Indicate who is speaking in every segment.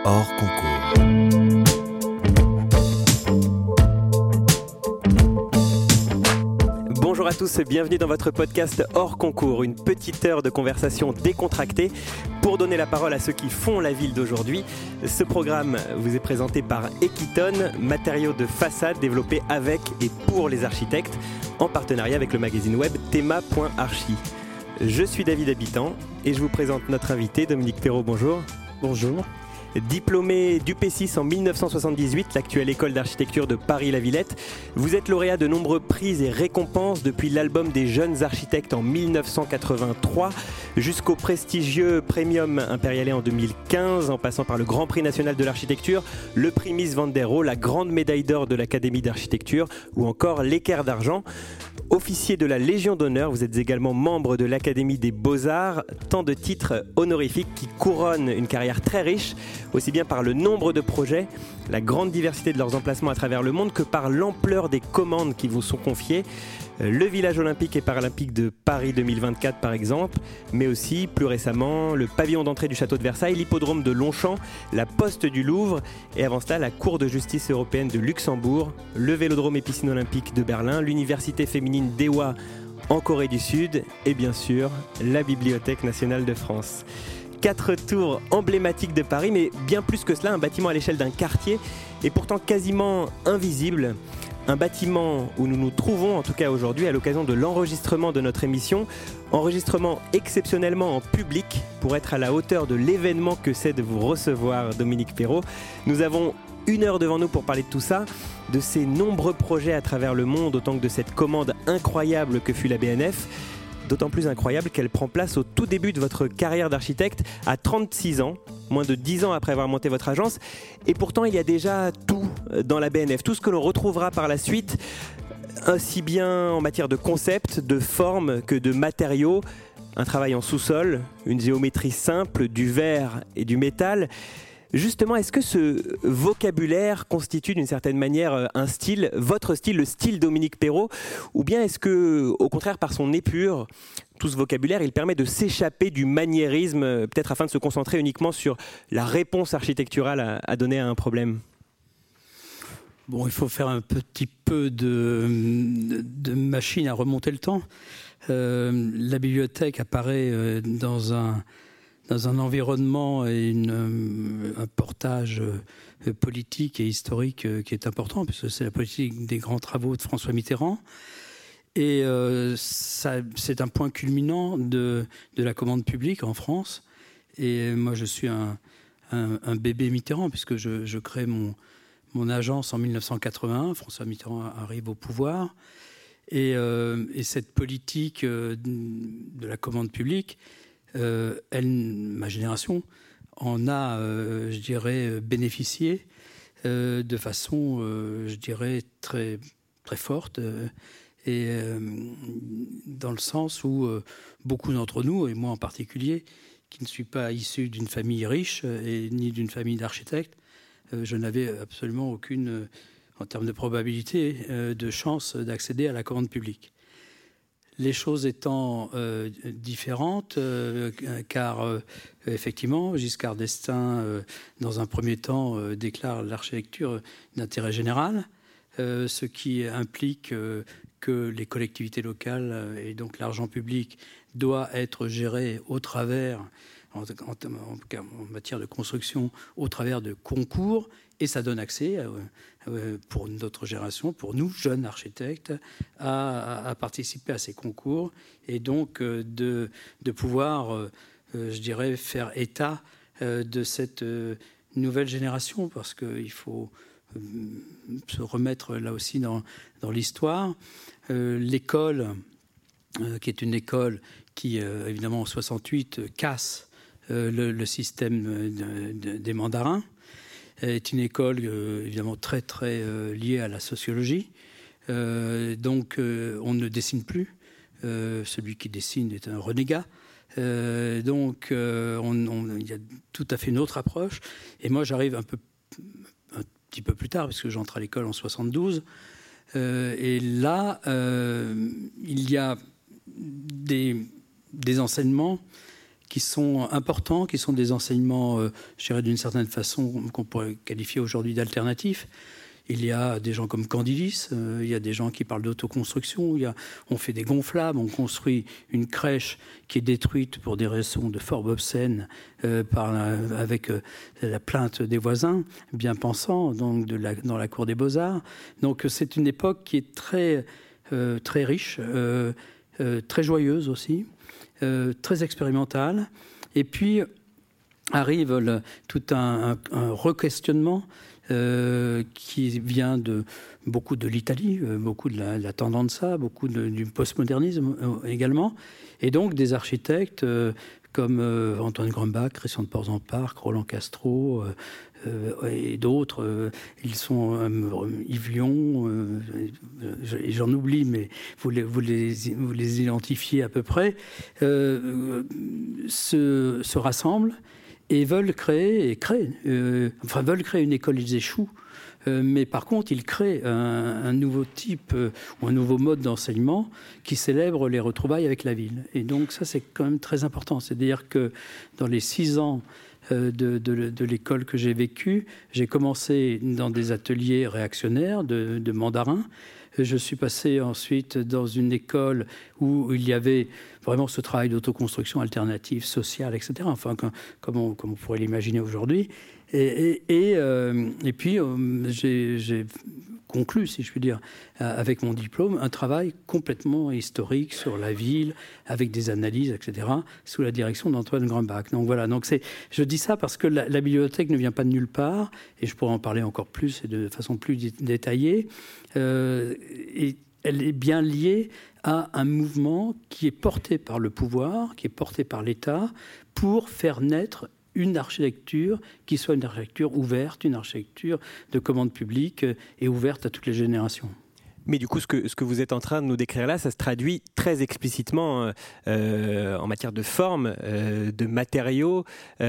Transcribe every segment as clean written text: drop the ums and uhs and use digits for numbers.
Speaker 1: hors concours.
Speaker 2: Bonjour à tous, bienvenue dans votre podcast hors concours, une petite heure de conversation décontractée pour donner la parole à ceux qui font la ville d'aujourd'hui. Ce programme vous est présenté par Equiton, matériaux de façade développés avec et pour les architectes, en partenariat avec le magazine web Thema.archi. Je suis David Habitant et je vous présente notre invité Dominique Perrault, bonjour.
Speaker 3: Bonjour.
Speaker 2: Diplômé d'UP6 en 1978, l'actuelle école d'architecture de Paris-la-Villette, vous êtes lauréat de nombreux prix et récompenses depuis l'album des jeunes architectes en 1983 jusqu'au prestigieux Premium Impériale en 2015, en passant par le Grand Prix national de l'architecture, le prix Miss Van der Rohe, la grande médaille d'or de l'Académie d'architecture ou encore l'Équerre d'argent. Officier de la Légion d'honneur, vous êtes également membre de l'Académie des Beaux-Arts, tant de titres honorifiques qui couronnent une carrière très riche, aussi bien par le nombre de projets, la grande diversité de leurs emplacements à travers le monde que par l'ampleur des commandes qui vous sont confiées. Le village olympique et paralympique de Paris 2024 par exemple, mais aussi plus récemment le pavillon d'entrée du château de Versailles, l'hippodrome de Longchamp, la poste du Louvre et avant cela la Cour de justice européenne de Luxembourg, le vélodrome et piscine olympique de Berlin, l'université féminine d'Ewa en Corée du Sud et bien sûr la Bibliothèque nationale de France. 4 tours emblématiques de Paris, mais bien plus que cela, un bâtiment à l'échelle d'un quartier et pourtant quasiment invisible. Un bâtiment où nous nous trouvons, en tout cas aujourd'hui, à l'occasion de l'enregistrement de notre émission. Enregistrement exceptionnellement en public pour être à la hauteur de l'événement que c'est de vous recevoir, Dominique Perrault. Nous avons 1 heure devant nous pour parler de tout ça, de ces nombreux projets à travers le monde, autant que de cette commande incroyable que fut la BNF. D'autant plus incroyable qu'elle prend place au tout début de votre carrière d'architecte, à 36 ans, moins de 10 ans après avoir monté votre agence. Et pourtant, il y a déjà tout dans la BNF, tout ce que l'on retrouvera par la suite, aussi bien en matière de concept, de forme que de matériaux. Un travail en sous-sol, une géométrie simple, du verre et du métal. Justement, est-ce que ce vocabulaire constitue d'une certaine manière un style, votre style, le style Dominique Perrault, ou bien est-ce que, au contraire, par son épure, tout ce vocabulaire, il permet de s'échapper du maniérisme, peut-être afin de se concentrer uniquement sur la réponse architecturale à donner à un problème ?
Speaker 3: Bon, il faut faire un petit peu de machine à remonter le temps. La bibliothèque apparaît dans un environnement et un portage politique et historique qui est important, puisque c'est la politique des grands travaux de François Mitterrand. Et c'est un point culminant de la commande publique en France. Et moi, je suis un bébé Mitterrand, puisque je crée mon agence en 1981. François Mitterrand arrive au pouvoir. Et cette politique de la commande publique, ma génération en a, je dirais, bénéficié de façon, je dirais, très, très forte. Et dans le sens où beaucoup d'entre nous, et moi en particulier, qui ne suis pas issu d'une famille riche ni d'une famille d'architectes, je n'avais absolument aucune, en termes de probabilité, de chance d'accéder à la commande publique. Les choses étant différentes, car effectivement, Giscard d'Estaing, dans un premier temps, déclare l'architecture d'intérêt général, ce qui implique que les collectivités locales et donc l'argent public doit être géré au travers, en matière de construction, au travers de concours, et ça donne accès pour notre génération, pour nous, jeunes architectes, à participer à ces concours et donc de pouvoir, je dirais, faire état de cette nouvelle génération, parce qu'il faut se remettre là aussi dans l'histoire. L'école, qui est une école qui, évidemment, en 68, casse le système des mandarins, est une école évidemment très très liée à la sociologie. Donc on ne dessine plus. Celui qui dessine est un renégat. Donc il y a tout à fait une autre approche. Et moi j'arrive un petit peu plus tard, parce que j'entre à l'école en 72. Et là, il y a des enseignements qui sont importants, qui sont des enseignements, je dirais d'une certaine façon, qu'on pourrait qualifier aujourd'hui d'alternatifs. Il y a des gens comme Candilis, il y a des gens qui parlent d'autoconstruction, on fait des gonflables, on construit une crèche qui est détruite pour des raisons de forme obscène avec la plainte des voisins, bien pensants, donc dans la cour des Beaux-Arts. Donc c'est une époque qui est très, très riche, très joyeuse aussi, très expérimentale. Et puis arrive tout un re-questionnement qui vient beaucoup de l'Italie, beaucoup de la tendenza, beaucoup du postmodernisme également, et donc des architectes comme Antoine Grumbach, Christian de Portzamparc, Roland Castro et d'autres. Ils sont Yves Lion, j'en oublie, mais vous les identifiez à peu près, se rassemblent et veulent créer une école, ils échouent. Mais par contre, ils créent un nouveau type ou un nouveau mode d'enseignement qui célèbre les retrouvailles avec la ville. Et donc ça, c'est quand même très important. C'est-à-dire que dans les 6 ans de l'école que j'ai vécue, j'ai commencé dans des ateliers réactionnaires de mandarins. Je suis passé ensuite dans une école où il y avait vraiment ce travail d'autoconstruction alternative, sociale, etc. Enfin, comme on pourrait l'imaginer aujourd'hui. Et puis, j'ai conclu, si je puis dire, avec mon diplôme, un travail complètement historique sur la ville, avec des analyses, etc., sous la direction d'Antoine Grumbach. Donc voilà, je dis ça parce que la bibliothèque ne vient pas de nulle part, et je pourrais en parler encore plus et de façon plus détaillée. Et elle est bien liée à un mouvement qui est porté par le pouvoir, qui est porté par l'État, pour faire naître une architecture qui soit une architecture ouverte, une architecture de commande publique et ouverte à toutes les générations.
Speaker 2: Mais du coup, ce que vous êtes en train de nous décrire là, ça se traduit très explicitement en matière de forme, de matériaux.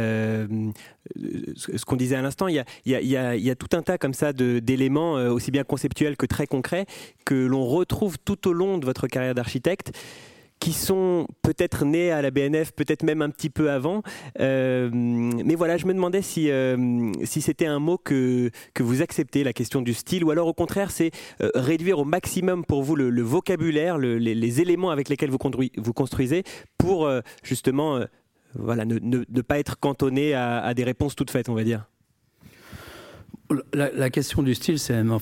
Speaker 2: Ce qu'on disait à l'instant, il y a tout un tas comme ça d'éléments, aussi bien conceptuels que très concrets, que l'on retrouve tout au long de votre carrière d'architecte, qui sont peut-être nés à la BNF, peut-être même un petit peu avant. Mais voilà, je me demandais si c'était un mot que vous acceptez, la question du style, ou alors au contraire, c'est réduire au maximum pour vous le vocabulaire, les éléments avec lesquels vous construisez, pour justement ne pas être cantonné à des réponses toutes faites, on va dire.
Speaker 3: La question du style, c'est un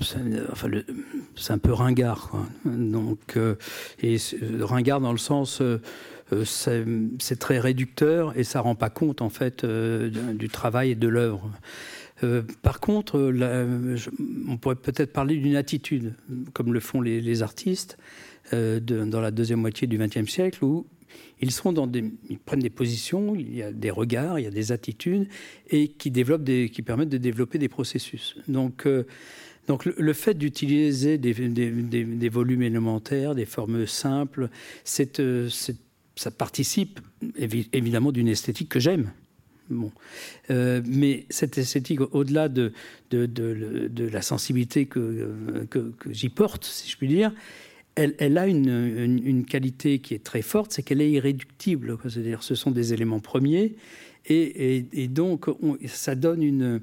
Speaker 3: peu ringard, quoi. Donc, et ringard dans le sens, c'est très réducteur et ça rend pas compte en fait du travail et de l'œuvre. Par contre, on pourrait peut-être parler d'une attitude, comme le font les artistes dans la deuxième moitié du XXe siècle, où ils prennent des positions, il y a des regards, il y a des attitudes, et qui permettent de développer des processus. Donc le fait d'utiliser des volumes élémentaires, des formes simples, ça participe évidemment d'une esthétique que j'aime. Bon. Mais cette esthétique, au-delà de la sensibilité que j'y porte, si je puis dire, elle a une qualité qui est très forte, c'est qu'elle est irréductible. C'est-à-dire, ce sont des éléments premiers, et donc ça donne une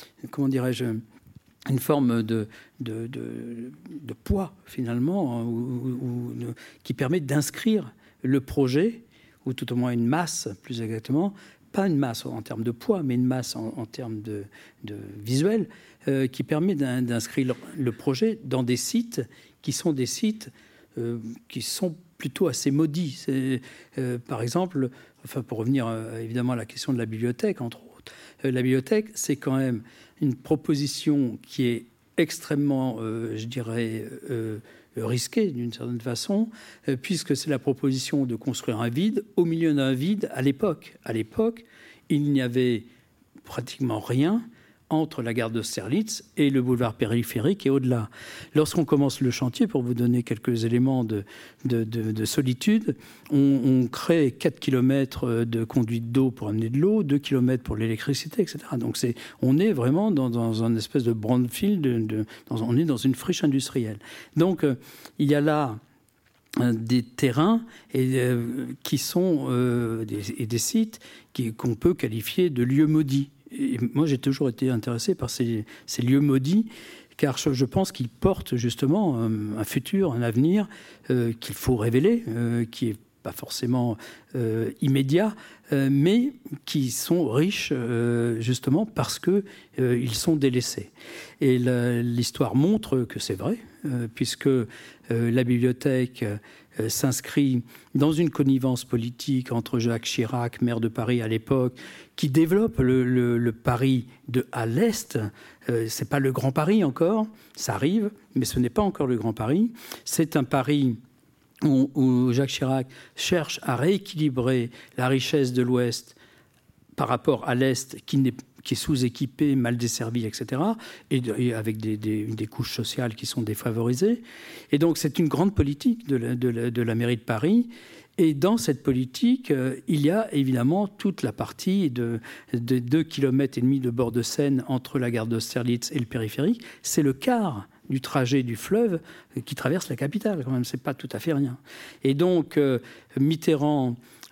Speaker 3: forme de poids finalement, qui permet d'inscrire le projet, ou tout au moins une masse, plus exactement, pas une masse en termes de poids, mais une masse en termes de visuel, qui permet d'inscrire le projet dans des sites qui sont des sites qui sont plutôt assez maudits. Par exemple, pour revenir évidemment à la question de la bibliothèque, entre autres, la bibliothèque, c'est quand même une proposition qui est extrêmement, je dirais, risquée d'une certaine façon, puisque c'est la proposition de construire un vide au milieu d'un vide à l'époque. À l'époque, il n'y avait pratiquement rien entre la gare d'Austerlitz et le boulevard périphérique et au-delà. Lorsqu'on commence le chantier, pour vous donner quelques éléments de solitude, on crée 4 km de conduite d'eau pour amener de l'eau, 2 km pour l'électricité, etc. Donc on est vraiment dans un espèce de brownfield, on est dans une friche industrielle. Donc il y a là des terrains qui sont des sites qu'on peut qualifier de lieux maudits. Et moi, j'ai toujours été intéressé par ces lieux maudits, car je pense qu'ils portent justement un futur, un avenir qu'il faut révéler, qui est pas forcément immédiat, mais qui sont riches justement parce qu'ils sont délaissés. Et l'histoire montre que c'est vrai, puisque la bibliothèque s'inscrit dans une connivence politique entre Jacques Chirac, maire de Paris à l'époque, qui développe le Paris à l'Est. C'est pas le Grand Paris encore, ça arrive, mais ce n'est pas encore le Grand Paris. C'est un Paris où Jacques Chirac cherche à rééquilibrer la richesse de l'Ouest par rapport à l'Est qui est sous-équipé, mal desservi, etc., et avec des couches sociales qui sont défavorisées. Et donc c'est une grande politique de la mairie de Paris. Et dans cette politique, il y a évidemment toute la partie de 2,5 km de bord de Seine entre la gare d'Austerlitz et le périphérique. C'est le quart du trajet du fleuve qui traverse la capitale, quand même, c'est pas tout à fait rien. Et donc, Mitterrand,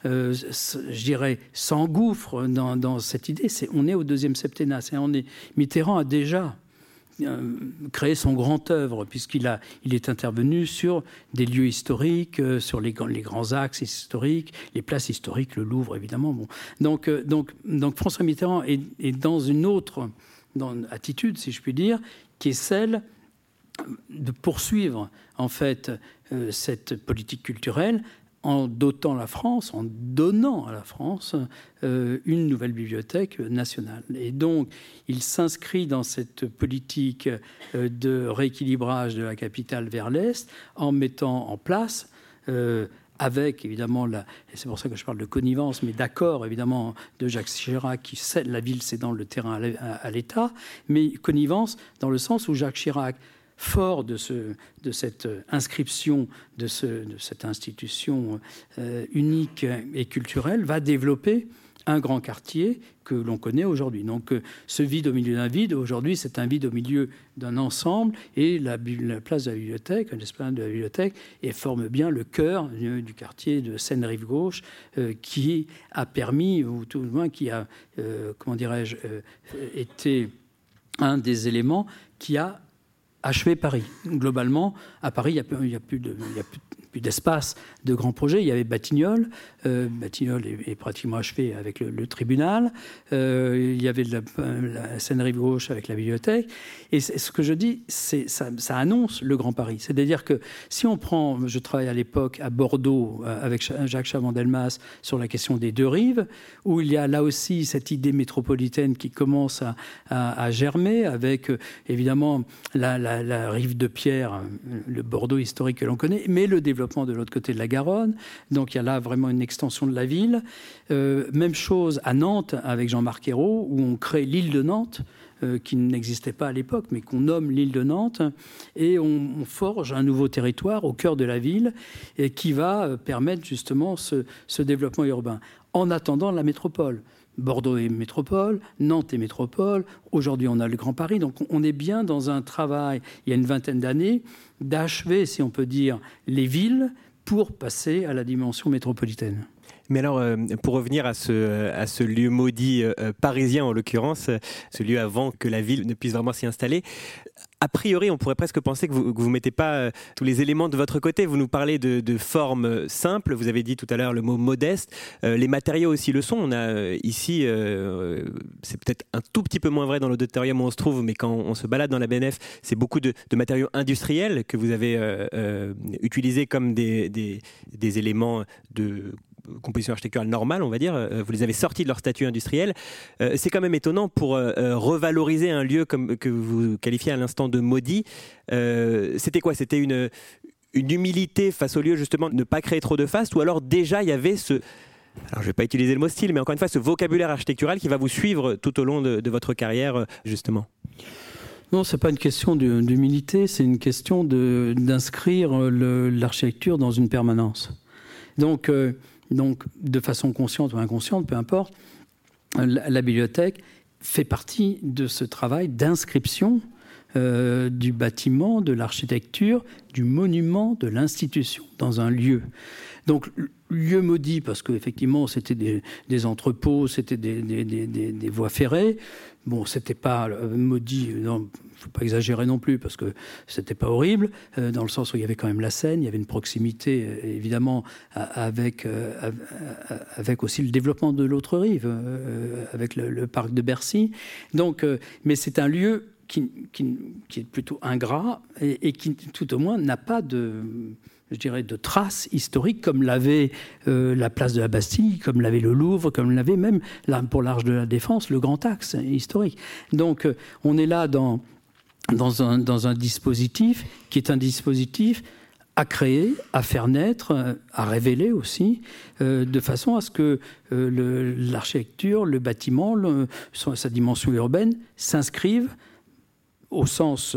Speaker 3: je dirais, s'engouffre dans cette idée. On est au deuxième septennat. Mitterrand a déjà créé son grand œuvre, puisqu'il est intervenu sur des lieux historiques, sur les grands axes historiques, les places historiques, le Louvre, évidemment. Bon. Donc François Mitterrand est dans une autre attitude, si je puis dire, qui est celle de poursuivre en fait cette politique culturelle en donnant à la France une nouvelle bibliothèque nationale. Et donc, il s'inscrit dans cette politique de rééquilibrage de la capitale vers l'Est en mettant en place avec évidemment, et c'est pour ça que je parle de connivence, mais d'accord évidemment de Jacques Chirac qui cède la ville cédant le terrain à l'État, mais connivence dans le sens où Jacques Chirac, fort de cette inscription de cette institution unique et culturelle, va développer un grand quartier que l'on connaît aujourd'hui. Donc ce vide au milieu d'un vide, aujourd'hui c'est un vide au milieu d'un ensemble, et la place de la bibliothèque, l'esplanade de la bibliothèque, forme bien le cœur du quartier de Seine-Rive-Gauche qui a permis, ou tout au moins qui a, été un des éléments qui a achevé Paris. Globalement, à Paris, il n'y a plus d'espace de grands projets. Il y avait Batignolles. Batignolles est pratiquement achevé avec le tribunal. Il y avait la Seine-Rive-Gauche avec la bibliothèque. Et ce que je dis, ça annonce le Grand Paris. C'est-à-dire que si on prend... Je travaille à l'époque à Bordeaux avec Jacques Chaban-Delmas sur la question des deux rives, où il y a là aussi cette idée métropolitaine qui commence à germer avec, évidemment, la rive de Pierre, le Bordeaux historique que l'on connaît, mais le développement de l'autre côté de la Garonne. Donc il y a là vraiment une extension de la ville. Même chose à Nantes avec Jean-Marc Ayrault, où on crée l'île de Nantes, qui n'existait pas à l'époque, mais qu'on nomme l'île de Nantes, et on forge un nouveau territoire au cœur de la ville, et qui va permettre justement ce développement urbain. En attendant la métropole. Bordeaux est métropole, Nantes est métropole, aujourd'hui on a le Grand Paris, donc on est bien dans un travail, il y a une vingtaine d'années, d'achever, si on peut dire, les villes pour passer à la dimension métropolitaine.
Speaker 2: Mais alors, pour revenir à ce lieu maudit parisien, en l'occurrence, ce lieu avant que la ville ne puisse vraiment s'y installer, a priori, on pourrait presque penser que vous mettez pas tous les éléments de votre côté. Vous nous parlez de formes simples. Vous avez dit tout à l'heure le mot modeste. Les matériaux aussi le sont. On a ici, c'est peut-être un tout petit peu moins vrai dans l'auditorium où on se trouve, mais quand on se balade dans la BNF, c'est beaucoup de matériaux industriels que vous avez utilisés comme des éléments de composition architecturale normale, on va dire. Vous les avez sortis de leur statut industriel. C'est quand même étonnant pour revaloriser un lieu comme que vous qualifiez à l'instant de maudit. C'était quoi ? C'était une humilité face au lieu, justement, de ne pas créer trop de faste, ou alors déjà il y avait alors je ne vais pas utiliser le mot style, mais encore une fois, ce vocabulaire architectural qui va vous suivre tout au long de votre carrière, justement.
Speaker 3: Non, ce n'est pas une question d'humilité, c'est une question d'inscrire l'architecture dans une permanence. Donc, de façon consciente ou inconsciente, peu importe, la bibliothèque fait partie de ce travail d'inscription du bâtiment, de l'architecture, du monument, de l'institution, dans un lieu. Donc, lieu maudit, parce qu'effectivement, c'était des entrepôts, c'était des voies ferrées. Bon, c'était pas maudit, non, il ne faut pas exagérer non plus, parce que c'était pas horrible, dans le sens où il y avait quand même la Seine, il y avait une proximité, évidemment, avec aussi le développement de l'autre rive, avec le parc de Bercy. Donc, mais c'est un lieu qui est plutôt ingrat et qui, tout au moins, n'a pas de traces historiques comme l'avait la place de la Bastille, comme l'avait le Louvre, comme l'avait même, pour l'Arche de la Défense, le Grand Axe historique. Donc, on est là dans un dispositif qui est un dispositif à créer, à faire naître, à révéler aussi, de façon à ce que l'architecture, le bâtiment, sa dimension urbaine s'inscrivent au sens,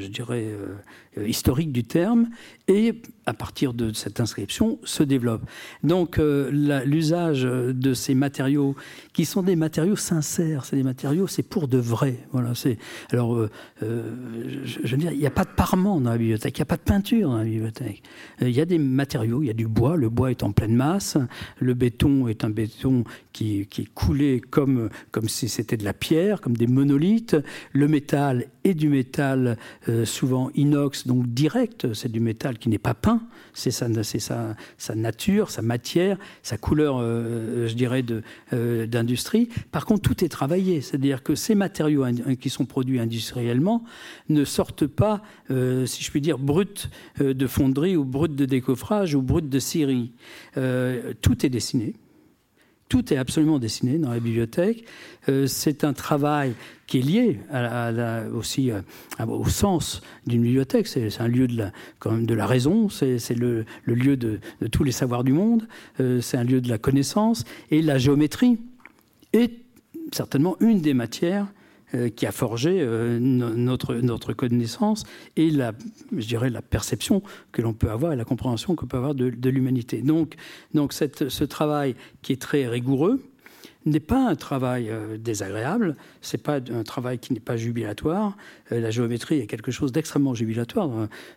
Speaker 3: historique du terme, et à partir de cette inscription, se développe. Donc, l'usage de ces matériaux, qui sont des matériaux sincères, c'est pour de vrai. Voilà, alors, je veux dire, il n'y a pas de parement dans la bibliothèque, il n'y a pas de peinture dans la bibliothèque. Il y a des matériaux, il y a du bois, le bois est en pleine masse, le béton est un béton qui est coulé comme si c'était de la pierre, comme des monolithes. Le métal est du métal souvent inox, donc direct, c'est du métal qui n'est pas peint, c'est sa nature, sa matière, sa couleur, d'industrie. Par contre, tout est travaillé, c'est-à-dire que ces matériaux qui sont produits industriellement ne sortent pas, si je puis dire, bruts de fonderie ou bruts de décoffrage ou bruts de scierie. Tout est dessiné. Tout est absolument dessiné dans la bibliothèque. C'est un travail qui est lié aussi au sens d'une bibliothèque. C'est un lieu quand même de la raison, c'est le lieu de tous les savoirs du monde, c'est un lieu de la connaissance. Et la géométrie est certainement une des matières qui a forgé notre connaissance et la perception que l'on peut avoir et la compréhension qu'on peut avoir de l'humanité. Donc ce travail qui est très rigoureux n'est pas un travail désagréable, c'est pas un travail qui n'est pas jubilatoire. La géométrie est quelque chose d'extrêmement jubilatoire.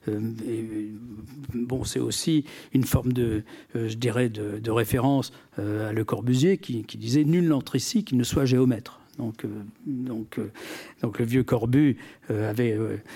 Speaker 3: C'est aussi une forme de référence à Le Corbusier qui disait « Nul n'entre ici qui ne soit géomètre ». Donc le vieux Corbu avait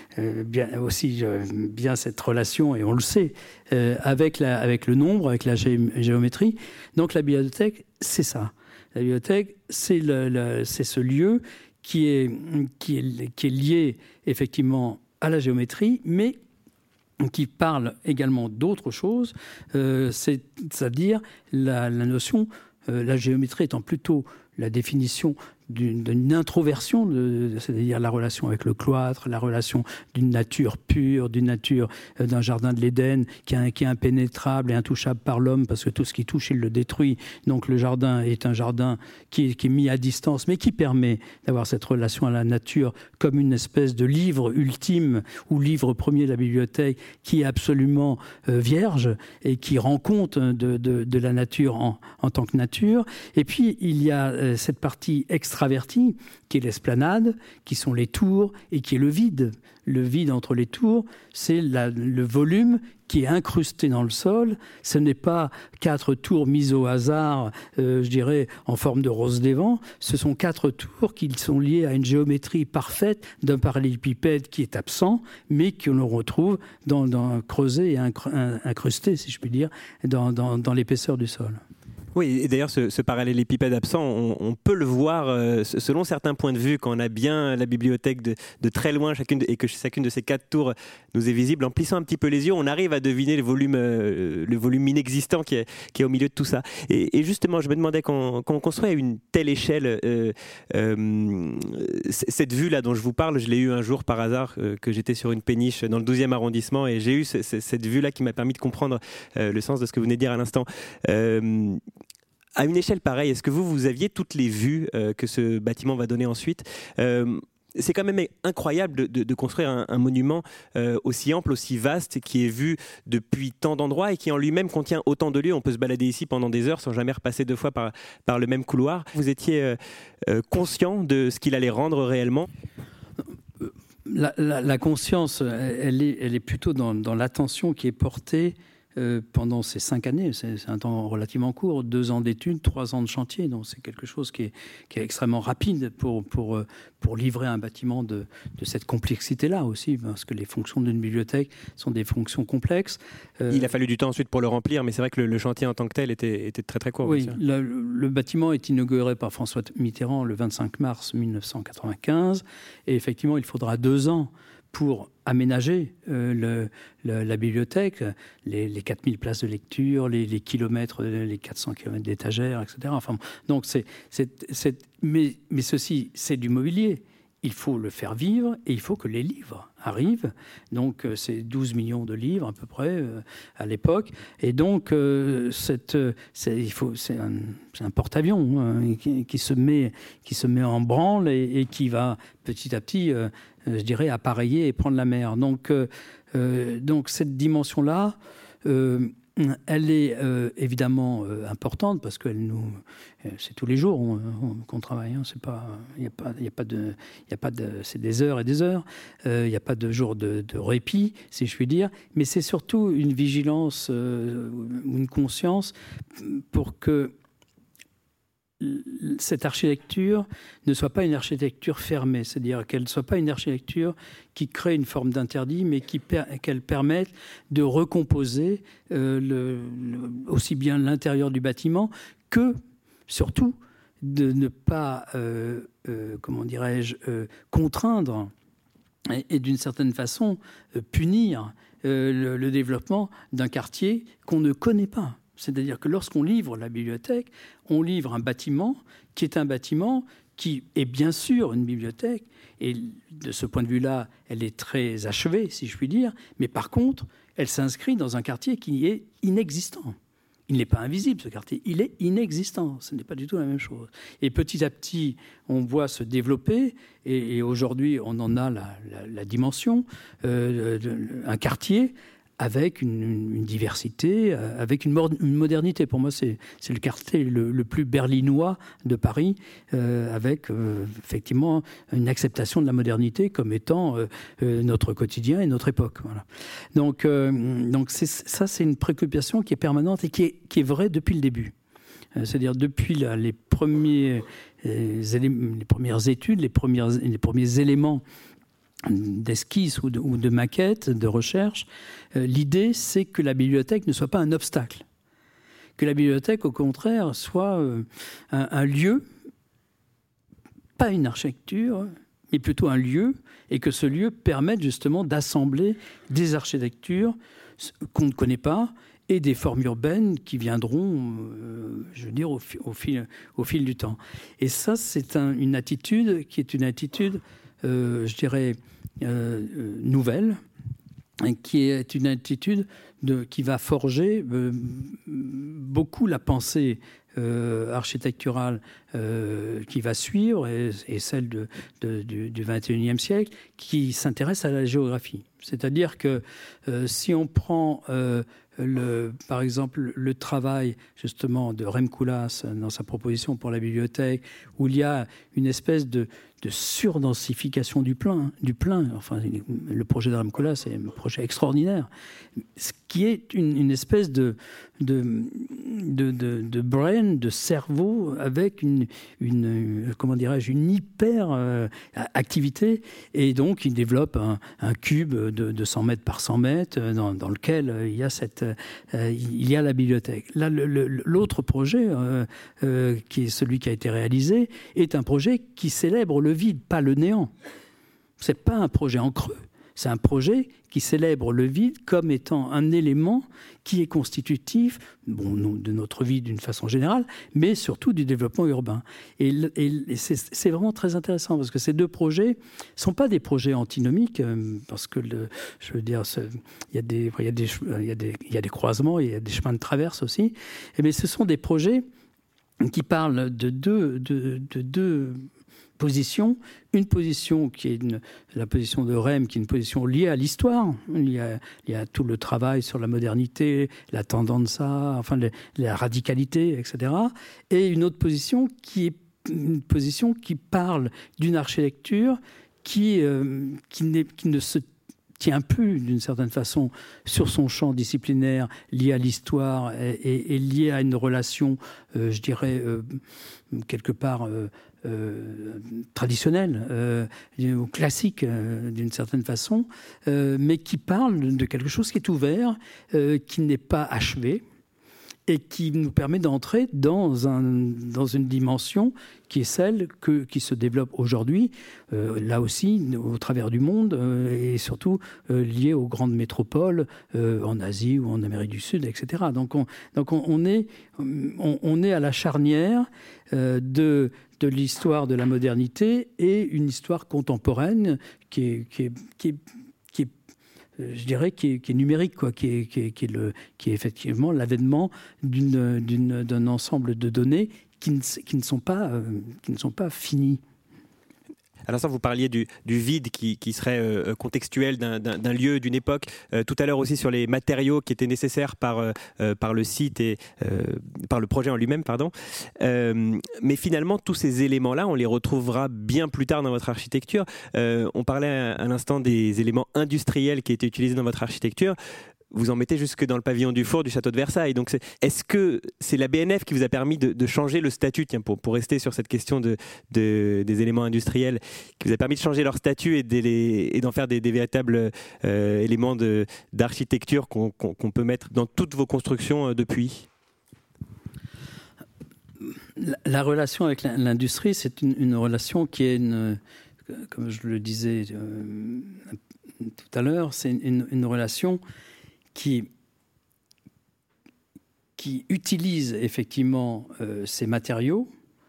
Speaker 3: bien cette relation, et on le sait, avec le nombre, avec la géométrie. Donc la bibliothèque, c'est ça. La bibliothèque, c'est ce lieu qui est lié effectivement à la géométrie, mais qui parle également d'autre chose, c'est-à-dire la notion, la géométrie étant plutôt la définition d'une introversion, c'est-à-dire la relation avec le cloître, la relation d'une nature pure, d'une nature d'un jardin de l'Éden qui est impénétrable et intouchable par l'homme, parce que tout ce qui touche, il le détruit. Donc le jardin est un jardin qui est mis à distance, mais qui permet d'avoir cette relation à la nature comme une espèce de livre ultime ou livre premier de la bibliothèque qui est absolument vierge et qui rend compte de la nature en tant que nature. Et puis il y a cette partie extravertie qui est l'esplanade, qui sont les tours et qui est le vide. Le vide entre les tours, c'est le volume qui est incrusté dans le sol. Ce n'est pas 4 tours mises au hasard, en forme de rose des vents. Ce sont 4 tours qui sont liées à une géométrie parfaite d'un parallélépipède qui est absent, mais que l'on retrouve creusé et incrusté, si je puis dire, dans l'épaisseur du sol.
Speaker 2: Oui, et d'ailleurs, ce parallélépipède absent, on peut le voir selon certains points de vue, quand on a bien la bibliothèque de très loin, et que chacune de ces 4 tours nous est visible. En plissant un petit peu les yeux, on arrive à deviner le volume inexistant qui est au milieu de tout ça. Et justement, je me demandais, quand on construit à une telle échelle, cette vue-là dont je vous parle, je l'ai eue un jour par hasard, que j'étais sur une péniche dans le 12e arrondissement, et j'ai eu cette vue-là qui m'a permis de comprendre le sens de ce que vous venez de dire à l'instant. À une échelle pareille, est-ce que vous aviez toutes les vues que ce bâtiment va donner ensuite ? C'est quand même incroyable de construire un monument aussi ample, aussi vaste, qui est vu depuis tant d'endroits et qui en lui-même contient autant de lieux. On peut se balader ici pendant des heures sans jamais repasser 2 fois par le même couloir. Vous étiez conscient de ce qu'il allait rendre réellement ?
Speaker 3: La conscience, elle est plutôt dans l'attention qui est portée pendant ces 5 années. C'est un temps relativement court, 2 ans d'études, 3 ans de chantier. Donc c'est quelque chose qui est extrêmement rapide pour livrer un bâtiment de cette complexité-là aussi, parce que les fonctions d'une bibliothèque sont des fonctions complexes.
Speaker 2: Il a fallu du temps ensuite pour le remplir, mais c'est vrai que le chantier en tant que tel était très très court.
Speaker 3: Oui, le bâtiment est inauguré par François Mitterrand le 25 mars 1995, et effectivement il faudra 2 ans pour aménager la bibliothèque, les 4000 places de lecture, les kilomètres, les 400 kilomètres d'étagères, etc. Enfin, donc mais ceci, c'est du mobilier. Il faut le faire vivre et il faut que les livres arrivent. Donc, c'est 12 millions de livres à peu près à l'époque. Et donc, c'est un porte-avions qui se met en branle et qui va petit à petit, je dirais, appareiller et prendre la mer. Donc cette dimension-là, elle est évidemment importante parce que c'est tous les jours qu'on travaille. Hein. C'est pas, c'est des heures et des heures. Il n'y a pas de jour de répit, si je puis dire. Mais c'est surtout une vigilance, une conscience pour que cette architecture ne soit pas une architecture fermée, c'est-à-dire qu'elle ne soit pas une architecture qui crée une forme d'interdit, mais qu'elle permette de recomposer aussi bien l'intérieur du bâtiment que, surtout, de ne pas, contraindre et d'une certaine façon punir le développement d'un quartier qu'on ne connaît pas. C'est-à-dire que lorsqu'on livre la bibliothèque, on livre un bâtiment qui est bien sûr une bibliothèque, et de ce point de vue-là, elle est très achevée, si je puis dire, mais par contre, elle s'inscrit dans un quartier qui est inexistant. Il n'est pas invisible, ce quartier, il est inexistant, ce n'est pas du tout la même chose. Et petit à petit, on voit se développer, et aujourd'hui, on en a la dimension, un quartier avec une diversité, avec une modernité. Pour moi, c'est le quartier le plus berlinois de Paris, avec effectivement une acceptation de la modernité comme étant notre quotidien et notre époque. Voilà. Donc c'est une préoccupation qui est permanente et qui est vraie depuis le début. C'est-à-dire depuis les premières études, les premiers éléments d'esquisse ou de maquette, de recherche, l'idée, c'est que la bibliothèque ne soit pas un obstacle. Que la bibliothèque, au contraire, soit un lieu, pas une architecture, mais plutôt un lieu, et que ce lieu permette justement d'assembler des architectures qu'on ne connaît pas et des formes urbaines qui viendront, je veux dire, au fil du temps. Et ça, c'est une attitude qui est une attitude, je dirais, nouvelle, qui est une attitude qui va forger beaucoup la pensée architecturale qui va suivre et celle du XXIe siècle, qui s'intéresse à la géographie. C'est-à-dire que si on prend par exemple le travail justement de Rem Koolhaas dans sa proposition pour la bibliothèque, où il y a une espèce de surdensification du plein. Enfin, le projet de Rem Koolhaas, c'est un projet extraordinaire, ce qui est une espèce de brain, de cerveau, avec une hyper activité, et donc il développe un cube de 100 mètres par 100 mètres dans lequel il y a la bibliothèque. Là, l'autre projet, qui est celui qui a été réalisé, est un projet qui célèbre le vide, pas le néant. C'est pas un projet en creux. C'est un projet qui célèbre le vide comme étant un élément qui est constitutif de notre vie d'une façon générale, mais surtout du développement urbain. Et c'est vraiment très intéressant parce que ces deux projets ne sont pas des projets antinomiques, parce que, je veux dire, il y a des croisements, il y a des chemins de traverse aussi, mais ce sont des projets qui parlent de deux position, une position qui est la position de Rem, qui est une position liée à l'histoire. Il y a tout le travail sur la modernité, la tendenza, enfin la radicalité, etc. Et une autre position qui est une position qui parle d'une architecture qui ne se tient plus d'une certaine façon sur son champ disciplinaire lié à l'histoire et lié à une relation, je dirais, quelque part traditionnelle, ou classique d'une certaine façon, mais qui parle de quelque chose qui est ouvert, qui n'est pas achevé, et qui nous permet d'entrer dans une dimension qui est celle qui se développe aujourd'hui, là aussi, au travers du monde, et surtout liée aux grandes métropoles, en Asie ou en Amérique du Sud, etc. Donc on est à la charnière de l'histoire de la modernité et une histoire contemporaine qui est je dirais, qui est numérique, quoi, qui est effectivement l'avènement d'un ensemble de données qui ne sont pas finies.
Speaker 2: À l'instant, vous parliez du vide qui serait contextuel d'un lieu, d'une époque. Tout à l'heure aussi sur les matériaux qui étaient nécessaires par le site et par le projet en lui-même, pardon. Mais finalement, tous ces éléments-là, on les retrouvera bien plus tard dans votre architecture. On parlait à l'instant des éléments industriels qui étaient utilisés dans votre architecture. Vous en mettez jusque dans le pavillon du Four du château de Versailles. Donc, est-ce que c'est la BNF qui vous a permis de changer le statut, tiens, pour rester sur cette question des éléments industriels, qui vous a permis de changer leur statut et d'en faire des véritables éléments d'architecture qu'on peut mettre dans toutes vos constructions depuis ?
Speaker 3: La relation avec l'industrie, c'est une relation qui est, comme je le disais tout à l'heure, c'est une relation qui utilise effectivement ces matériaux,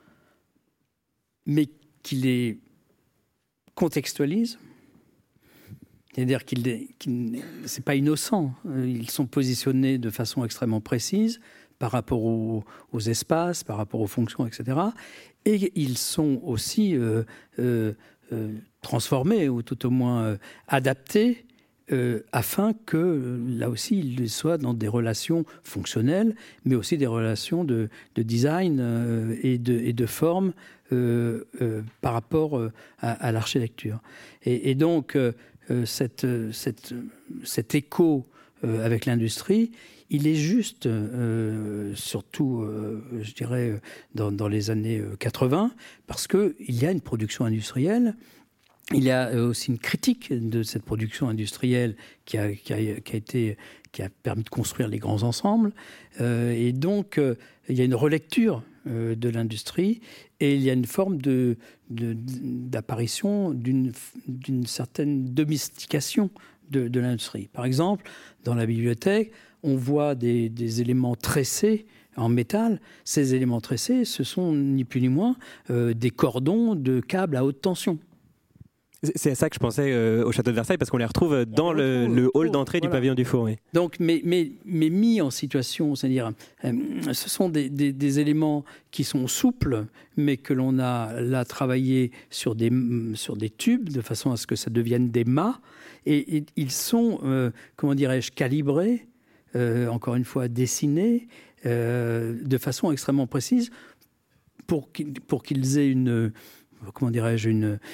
Speaker 3: mais qui les contextualise. C'est-à-dire c'est pas innocent. Ils sont positionnés de façon extrêmement précise par rapport aux espaces, par rapport aux fonctions, etc. Et ils sont aussi transformés, ou tout au moins adaptés, afin que, là aussi, ils soient dans des relations fonctionnelles, mais aussi des relations de design et de forme par rapport à l'architecture. Et donc, cet écho avec l'industrie, il est juste, surtout, je dirais, dans les années 80, parce qu'il y a une production industrielle. Il y a aussi une critique de cette production industrielle qui a permis de construire les grands ensembles. Et donc, il y a une relecture de l'industrie et il y a une forme d'apparition d'une certaine domestication de l'industrie. Par exemple, dans la bibliothèque, on voit des éléments tressés en métal. Ces éléments tressés, ce sont ni plus ni moins des cordons de câbles à haute tension.
Speaker 2: C'est à ça que je pensais au château de Versailles, parce qu'on les retrouve dans le hall d'entrée du pavillon du Four. Oui.
Speaker 3: Donc, mais mis en situation, c'est-à-dire, ce sont des éléments qui sont souples, mais que l'on a là travaillé sur des tubes, de façon à ce que ça devienne des mâts, et ils sont, comment dirais-je, calibrés, encore une fois dessinés, de façon extrêmement précise, pour qu'ils aient comment dirais-je,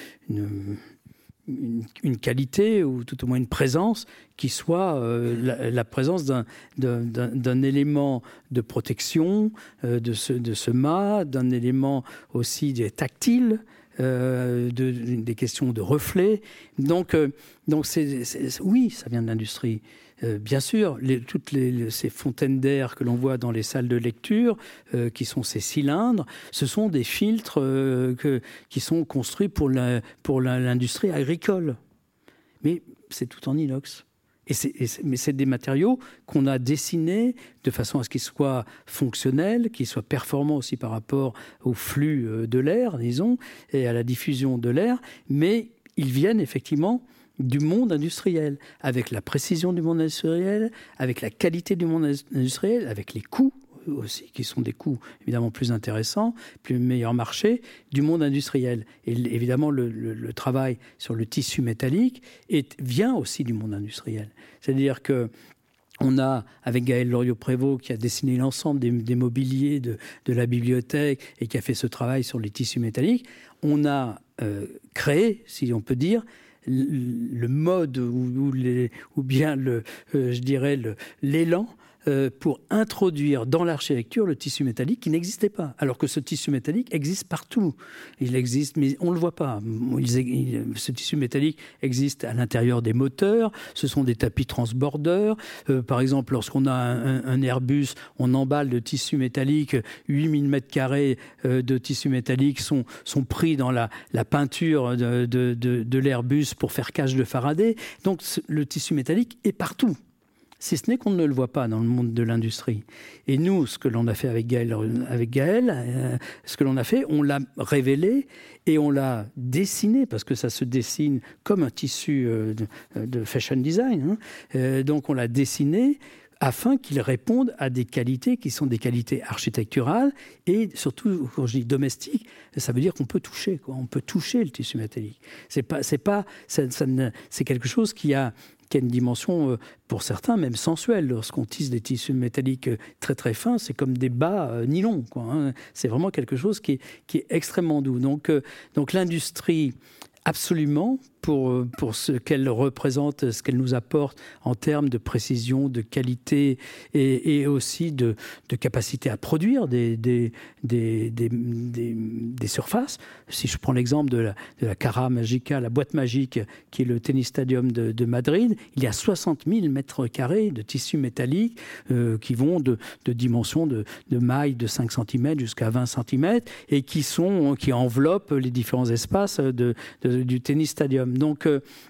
Speaker 3: une qualité, ou tout au moins une présence qui soit la présence d'un élément de protection de ce mât, d'un élément aussi tactile, des questions de reflets. Donc oui, ça vient de l'industrie. Bien sûr, toutes ces fontaines d'air que l'on voit dans les salles de lecture, qui sont ces cylindres, ce sont des filtres qui sont construits pour l'industrie agricole. Mais c'est tout en inox. Mais c'est des matériaux qu'on a dessinés de façon à ce qu'ils soient fonctionnels, qu'ils soient performants aussi par rapport au flux de l'air, disons, et à la diffusion de l'air, mais ils viennent effectivement du monde industriel, avec la précision du monde industriel, avec la qualité du monde industriel, avec les coûts aussi, qui sont des coûts évidemment plus intéressants, plus meilleur marché du monde industriel. Et évidemment, le travail sur le tissu métallique vient aussi du monde industriel. C'est-à-dire que on a, avec Gaël Loriot-Prévost, qui a dessiné l'ensemble des mobiliers de la bibliothèque et qui a fait ce travail sur les tissus métalliques, on a créé, si on peut dire, le mode ou bien je dirais l'élan pour introduire dans l'architecture le tissu métallique qui n'existait pas, alors que ce tissu métallique existe partout. Il existe, mais on ne le voit pas. Ce tissu métallique existe à l'intérieur des moteurs, ce sont des tapis transbordeurs. Par exemple, lorsqu'on a un Airbus, on emballe de tissu métallique, 8000 m² de tissu métallique sont pris dans la peinture de l'Airbus pour faire cage de Faraday. Donc le tissu métallique est partout. Si ce n'est qu'on ne le voit pas dans le monde de l'industrie. Et nous, ce que l'on a fait avec Gaël, ce que l'on a fait, on l'a révélé et on l'a dessiné, parce que ça se dessine comme un tissu de fashion design. Donc on l'a dessiné afin qu'il réponde à des qualités qui sont des qualités architecturales et surtout, quand je dis domestiques, ça veut dire qu'on peut toucher, quoi. On peut toucher le tissu métallique. C'est quelque chose qui a une dimension, pour certains, même sensuelle. Lorsqu'on tisse des tissus métalliques très très fins, c'est comme des bas nylon, quoi. C'est vraiment quelque chose qui est extrêmement doux. Donc l'industrie, absolument, pour ce qu'elle représente, ce qu'elle nous apporte en termes de précision, de qualité et aussi de capacité à produire des surfaces. Si je prends l'exemple de la Cara Magica, la boîte magique, qui est le tennis stadium de Madrid, il y a 60 000 m² de tissu métallique qui vont de dimensions de mailles de 5 cm jusqu'à 20 cm et qui enveloppent les différents espaces du tennis stadium. Donc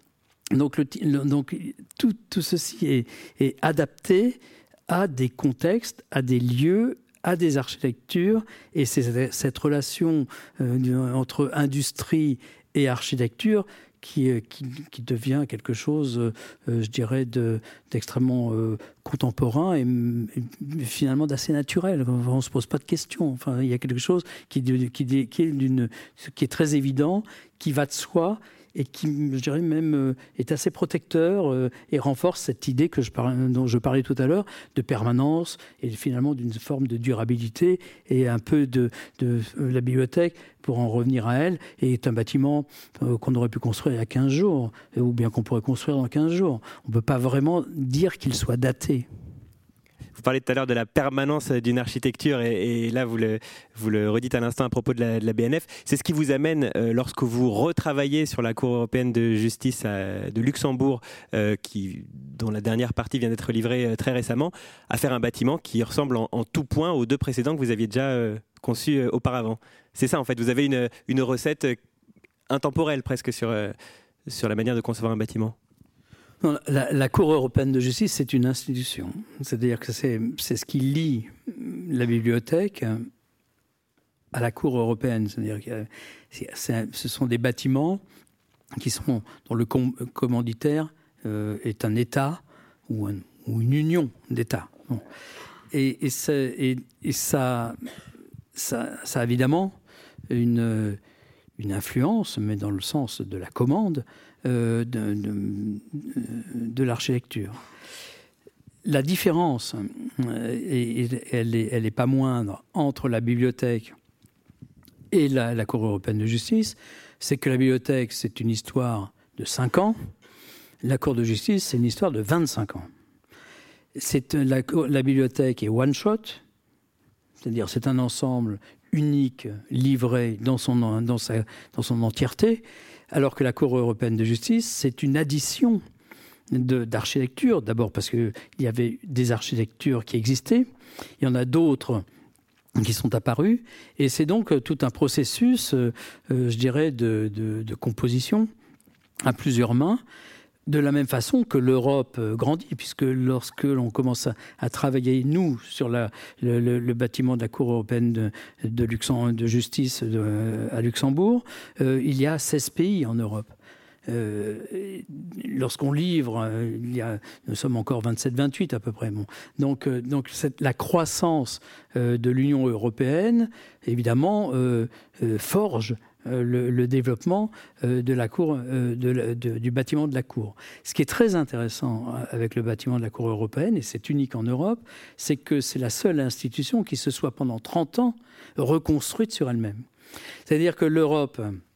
Speaker 3: tout ceci est adapté à des contextes, à des lieux, à des architectures, et c'est cette relation entre industrie et architecture qui devient quelque chose, je dirais, d'extrêmement contemporain et finalement d'assez naturel. On ne se pose pas de questions. Enfin, il y a quelque chose qui est très évident, qui va de soi, et qui, je dirais même, est assez protecteur et renforce cette idée dont je parlais tout à l'heure, de permanence et finalement d'une forme de durabilité, et un peu de la bibliothèque, pour en revenir à elle, est un bâtiment qu'on aurait pu construire il y a 15 jours, ou bien qu'on pourrait construire dans 15 jours. On ne peut pas vraiment dire qu'il soit daté.
Speaker 2: Vous parlez tout à l'heure de la permanence d'une architecture et là vous le redites à l'instant à propos de la BNF. C'est ce qui vous amène, lorsque vous retravaillez sur la Cour européenne de justice de Luxembourg, dont la dernière partie vient d'être livrée très récemment, à faire un bâtiment qui ressemble en tout point aux deux précédents que vous aviez déjà conçus auparavant. C'est ça en fait, vous avez une recette intemporelle presque sur la manière de concevoir un bâtiment.
Speaker 3: Non, la Cour européenne de justice, c'est une institution. C'est-à-dire que c'est ce qui lie la bibliothèque à la Cour européenne. C'est-à-dire que ce sont des bâtiments dont le commanditaire est un État ou une union d'États. Bon. Et ça a évidemment une influence, mais dans le sens de la commande, de l'architecture. La différence, elle est pas moindre entre la bibliothèque et la Cour européenne de justice, c'est que la bibliothèque, c'est une histoire de 5 ans, la Cour de justice, c'est une histoire de 25 ans. La bibliothèque est one-shot, c'est-à-dire c'est un ensemble unique, livré dans son entièreté, alors que la Cour européenne de justice, c'est une addition d'architecture. D'abord parce qu'il y avait des architectures qui existaient, il y en a d'autres qui sont apparues, et c'est donc tout un processus, je dirais, de composition à plusieurs mains, de la même façon que l'Europe grandit, puisque lorsque l'on commence à travailler, nous, sur le bâtiment de la Cour européenne de justice à Luxembourg, il y a 16 pays en Europe. Lorsqu'on livre, nous sommes encore 27-28 à peu près. Bon. Donc la croissance de l'Union européenne, évidemment, forge le développement de la cour, du bâtiment de la Cour. Ce qui est très intéressant avec le bâtiment de la Cour européenne, et c'est unique en Europe, c'est que c'est la seule institution qui se soit pendant 30 ans reconstruite sur elle-même. C'est-à-dire que l'Europe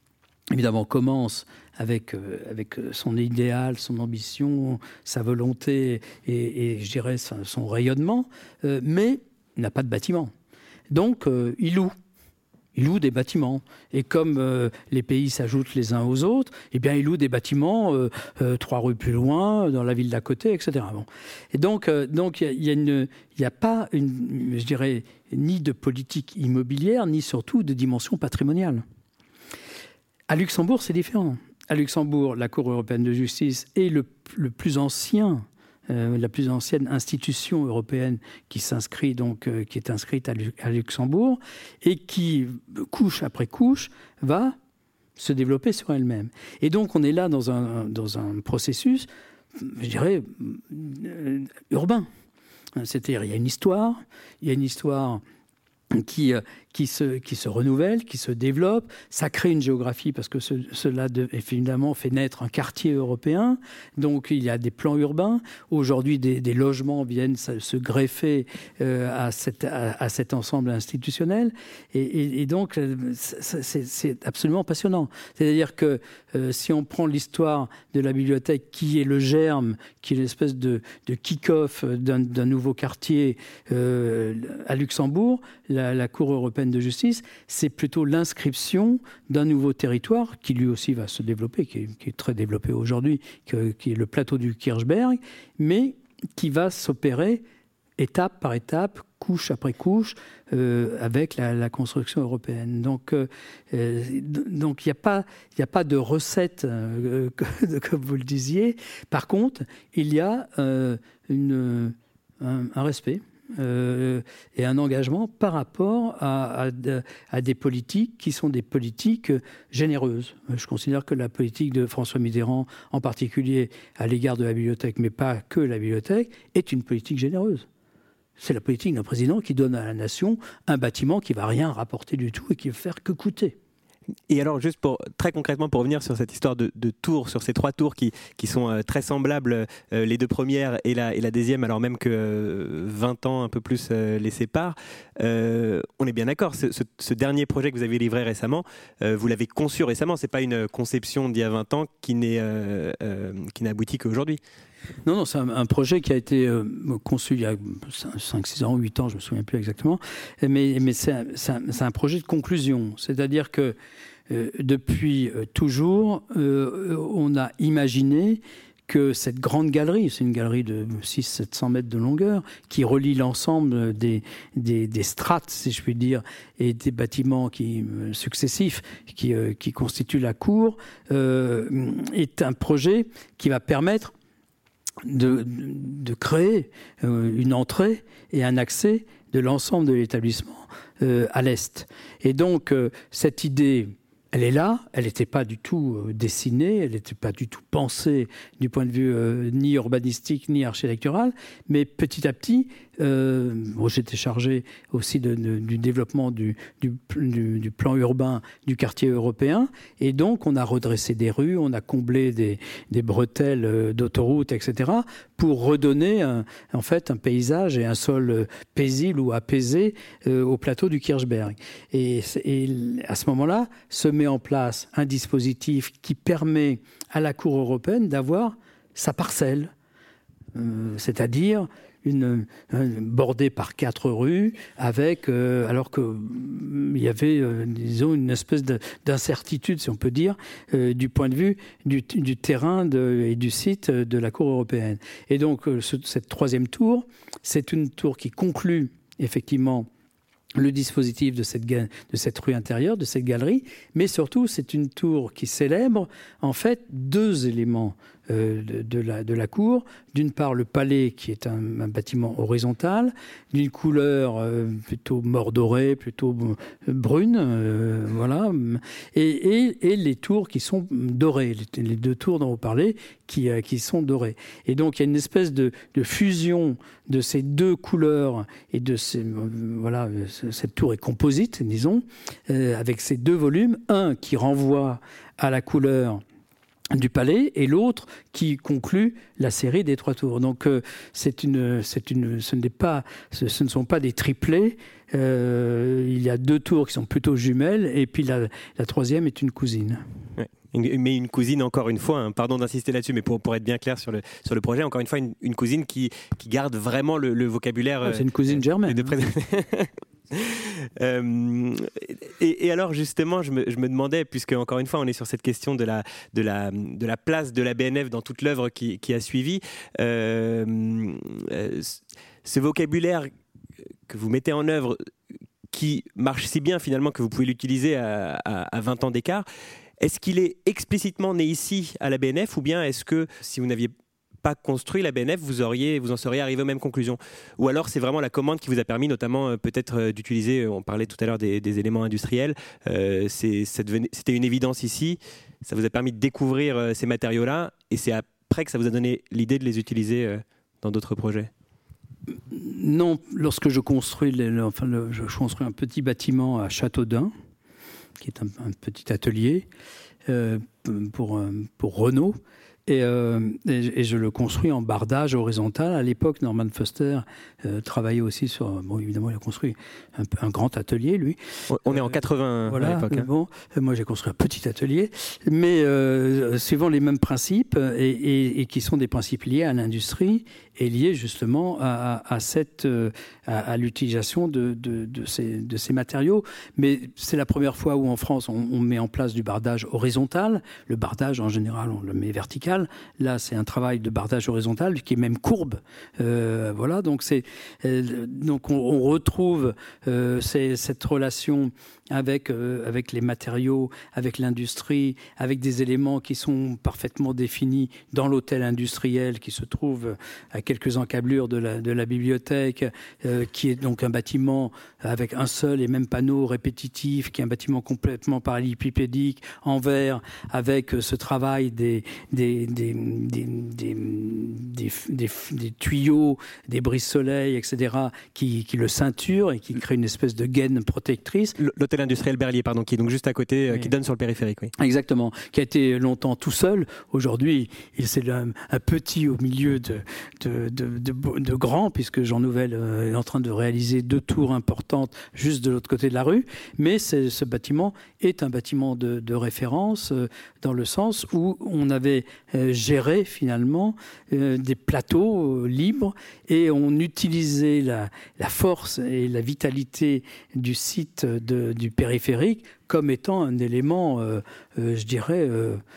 Speaker 3: évidemment, commence avec son idéal, son ambition, sa volonté et je dirais son rayonnement, mais n'a pas de bâtiment. Donc, il loue des bâtiments. Et comme les pays s'ajoutent les uns aux autres, eh bien, il loue des bâtiments 3 rues plus loin, dans la ville d'à côté, etc. Bon. Et donc, il n'y a pas, je dirais, ni de politique immobilière, ni surtout de dimension patrimoniale. À Luxembourg, c'est différent. À Luxembourg, la Cour européenne de justice est la plus ancienne institution européenne qui est inscrite à Luxembourg et qui, couche après couche, va se développer sur elle-même. Et donc, on est là dans un processus, je dirais, urbain. C'est-à-dire, il y a une histoire qui se renouvelle, qui se développe. Ça crée une géographie parce que cela finalement fait naître un quartier européen. Donc il y a des plans urbains. Aujourd'hui, des logements viennent se greffer à cet ensemble institutionnel. Et donc c'est absolument passionnant. C'est-à-dire que si on prend l'histoire de la bibliothèque qui est le germe, qui est l'espèce de kick-off d'un nouveau quartier à Luxembourg, la Cour européenne de justice, c'est plutôt l'inscription d'un nouveau territoire qui lui aussi va se développer, qui est très développé aujourd'hui, qui est le plateau du Kirchberg, mais qui va s'opérer étape par étape, couche après couche, avec la construction européenne. Donc il n'y a pas de recette, comme vous le disiez. Par contre, il y a un respect et un engagement par rapport à des politiques qui sont des politiques généreuses. Je considère que la politique de François Mitterrand, en particulier à l'égard de la bibliothèque, mais pas que la bibliothèque, est une politique généreuse. C'est la politique d'un président qui donne à la nation un bâtiment qui ne va rien rapporter du tout et qui ne va faire que coûter.
Speaker 2: Et alors, juste très concrètement, pour revenir sur cette histoire de tours, sur ces 3 tours qui sont très semblables, les 2 premières et la deuxième, alors même que 20 ans, un peu plus, les séparent, on est bien d'accord, ce dernier projet que vous avez livré récemment, vous l'avez conçu récemment, ce n'est pas une conception d'il y a 20 ans qui n'a abouti qu'aujourd'hui.
Speaker 3: Non, c'est un projet qui a été conçu il y a 5, 6 ans, 8 ans, je ne me souviens plus exactement, mais c'est un projet de conclusion. C'est-à-dire que depuis toujours, on a imaginé que cette grande galerie, c'est une galerie de 600-700 mètres de longueur, qui relie l'ensemble des strates, si je puis dire, et des bâtiments successifs qui constituent la cour, est un projet qui va permettre de créer une entrée et un accès de l'ensemble de l'établissement à l'est. Et donc, cette idée, elle est là, elle n'était pas du tout dessinée, elle n'était pas du tout pensée du point de vue ni urbanistique ni architectural, mais petit à petit, j'étais chargé aussi du développement du plan urbain du quartier européen, et donc on a redressé des rues, on a comblé des bretelles d'autoroutes, etc., pour redonner en fait un paysage et un sol paisible ou apaisé au plateau du Kirchberg. Et à ce moment-là, se met en place un dispositif qui permet à la Cour européenne d'avoir sa parcelle, c'est-à-dire bordée par 4 rues, avec, alors qu'il y avait, disons, une espèce d'incertitude, si on peut dire, du point de vue du terrain et du site de la Cour européenne. Et donc, cette 3e tour, c'est une tour qui conclut effectivement le dispositif de cette rue intérieure, de cette galerie, mais surtout, c'est une tour qui célèbre, en fait, 2 éléments de la cour. D'une part, le palais, qui est un bâtiment horizontal, d'une couleur plutôt mordorée, plutôt brune, voilà, et les tours qui sont dorées, les 2 tours dont vous parlez, qui sont dorées. Et donc, il y a une espèce de fusion de ces 2 couleurs et de voilà, cette tour est composite, disons, avec ces 2 volumes, un qui renvoie à la couleur du palais, et l'autre qui conclut la série des 3 tours. Donc ce ne sont pas des triplés. Il y a 2 tours qui sont plutôt jumelles, et puis la troisième est une cousine.
Speaker 2: Ouais. Mais une cousine, encore une fois, pardon d'insister là-dessus, mais pour être bien clair sur le projet, encore une fois, une cousine qui garde vraiment le vocabulaire.
Speaker 3: C'est une cousine germaine.
Speaker 2: Et alors justement, je me demandais, puisque encore une fois, on est sur cette question de la place de la BNF dans toute l'œuvre qui a suivi, ce vocabulaire que vous mettez en œuvre, qui marche si bien finalement que vous pouvez l'utiliser à 20 ans d'écart. Est-ce qu'il est explicitement né ici à la BNF, ou bien est-ce que si vous n'aviez pas construit la BNF, vous en seriez arrivé aux mêmes conclusions? Ou alors c'est vraiment la commande qui vous a permis notamment peut-être d'utiliser, on parlait tout à l'heure des éléments industriels, c'était une évidence ici, ça vous a permis de découvrir ces matériaux-là, et c'est après que ça vous a donné l'idée de les utiliser dans d'autres projets?
Speaker 3: Non, lorsque je construis, je construis un petit bâtiment à Châteaudun, qui est un petit atelier pour Renault, et je le construis en bardage horizontal. À l'époque, Norman Foster travaillait aussi sur... Bon, évidemment, il a construit un grand atelier, lui.
Speaker 2: On est en 80
Speaker 3: voilà,
Speaker 2: à l'époque.
Speaker 3: Bon, moi, j'ai construit un petit atelier, mais suivant les mêmes principes, et qui sont des principes liés à l'industrie et liés justement à l'utilisation de ces matériaux. Mais c'est la première fois où en France, on met en place du bardage horizontal. Le bardage, en général, on le met vertical. Là, c'est un travail de bardage horizontal qui est même courbe. Voilà, donc on retrouve cette relation avec les matériaux, avec l'industrie, avec des éléments qui sont parfaitement définis dans l'hôtel industriel qui se trouve à quelques encablures de la bibliothèque, qui est donc un bâtiment avec un seul et même panneau répétitif, qui est un bâtiment complètement parallélépipédique, en verre, avec ce travail des tuyaux, des brise-soleil, etc., qui le ceinturent et qui créent une espèce de gaine protectrice.
Speaker 2: L'hôtel industriel Berlier, pardon, qui est donc juste à côté,
Speaker 3: oui.
Speaker 2: Qui donne sur le périphérique. Oui.
Speaker 3: Exactement, qui a été longtemps tout seul. Aujourd'hui, c'est un petit au milieu de grands, puisque Jean Nouvel est en train de réaliser 2 tours importantes juste de l'autre côté de la rue. Mais ce bâtiment est un bâtiment de référence dans le sens où on avait géré finalement des plateaux libres, et on utilisait la force et la vitalité du site du périphérique comme étant un élément, je dirais,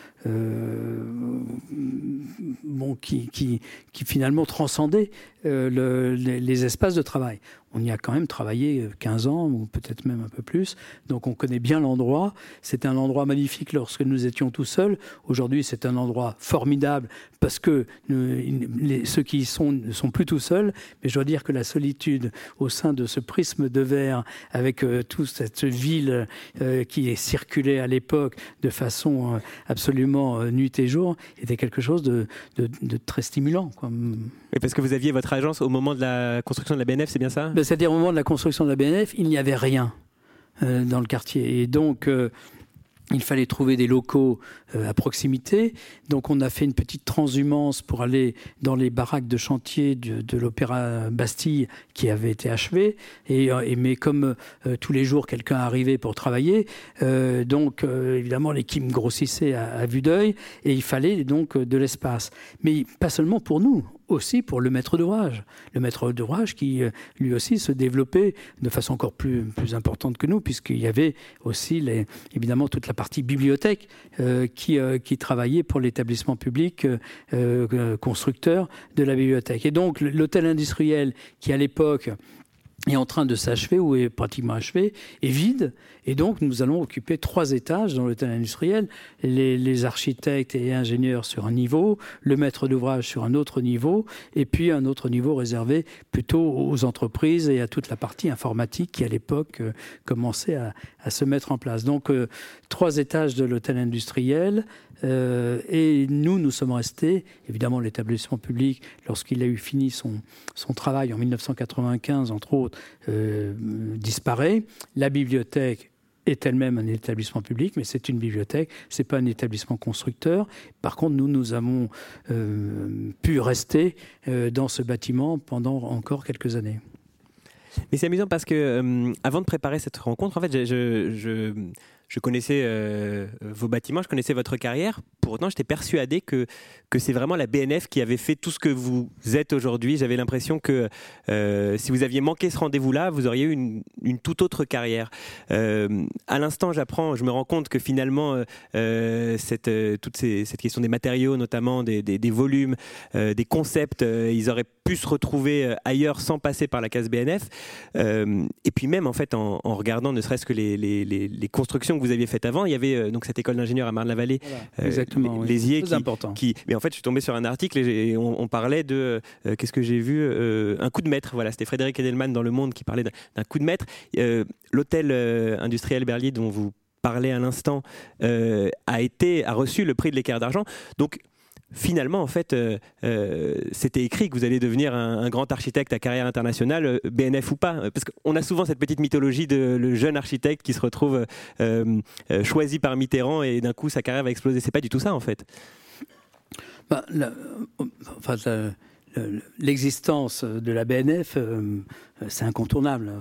Speaker 3: qui finalement transcendait les espaces de travail. On y a quand même travaillé 15 ans, ou peut-être même un peu plus, donc on connaît bien l'endroit. C'était un endroit magnifique lorsque nous étions tout seuls. Aujourd'hui, c'est un endroit formidable, parce que ceux qui y sont ne sont plus tout seuls, mais je dois dire que la solitude au sein de ce prisme de verre, avec toute cette ville qui circulait à l'époque de façon absolument nuit et jour, était quelque chose de très stimulant, quoi.
Speaker 2: Et parce que vous aviez votre agence au moment de la construction de la BNF, c'est bien ça?
Speaker 3: C'est-à-dire au moment de la construction de la BNF, il n'y avait rien dans le quartier. Et donc, il fallait trouver des locaux à proximité. Donc on a fait une petite transhumance pour aller dans les baraques de chantier de l'Opéra Bastille qui avait été achevé. Mais comme tous les jours quelqu'un arrivait pour travailler, évidemment l'équipe grossissait à vue d'œil, et il fallait donc de l'espace. Mais pas seulement pour nous, aussi pour le maître d'ouvrage. Le maître d'ouvrage qui, lui aussi, se développait de façon encore plus importante que nous, puisqu'il y avait aussi, évidemment, toute la partie bibliothèque qui travaillait pour l'établissement public constructeur de la bibliothèque. Et donc, l'hôtel industriel qui, à l'époque, est en train de s'achever, ou est pratiquement achevé, est vide. Et donc, nous allons occuper 3 étages dans l'hôtel industriel. Les architectes et ingénieurs sur un niveau, le maître d'ouvrage sur un autre niveau, et puis un autre niveau réservé plutôt aux entreprises et à toute la partie informatique qui, à l'époque, commençait à se mettre en place. Donc, 3 étages de l'hôtel industriel. Et nous sommes restés, évidemment, l'établissement public, lorsqu'il a eu fini son travail en 1995, entre autres, disparaît. La bibliothèque est elle-même un établissement public, mais c'est une bibliothèque, c'est pas un établissement constructeur. Par contre, nous avons pu rester dans ce bâtiment pendant encore quelques années.
Speaker 2: Mais c'est amusant parce que avant de préparer cette rencontre, en fait, je connaissais vos bâtiments, je connaissais votre carrière. Pour autant, j'étais persuadé que c'est vraiment la BNF qui avait fait tout ce que vous êtes aujourd'hui. J'avais l'impression que si vous aviez manqué ce rendez-vous-là, vous auriez eu une toute autre carrière. À l'instant, je me rends compte que finalement, cette question des matériaux, notamment des volumes, des concepts, ils auraient pu se retrouver ailleurs sans passer par la case BNF. Et puis même, en fait, en regardant ne serait-ce que les constructions que vous aviez faites avant, il y avait donc cette école d'ingénieurs à Marne-la-Vallée,
Speaker 3: exactement,
Speaker 2: l'ESIE,
Speaker 3: important.
Speaker 2: Mais en fait, je suis tombé sur un article et on parlait de qu'est-ce que j'ai vu, un coup de maître. Voilà, c'était Frédéric Edelman dans Le Monde qui parlait d'un coup de maître. L'hôtel industriel Berlier dont vous parlez à l'instant a reçu le prix de l'équerre d'argent. Donc finalement, en fait, c'était écrit que vous allez devenir un grand architecte à carrière internationale, BNF ou pas. Parce qu'on a souvent cette petite mythologie de le jeune architecte qui se retrouve choisi par Mitterrand et d'un coup, sa carrière va exploser. C'est pas du tout ça, en fait.
Speaker 3: L'existence de la BNF, c'est incontournable.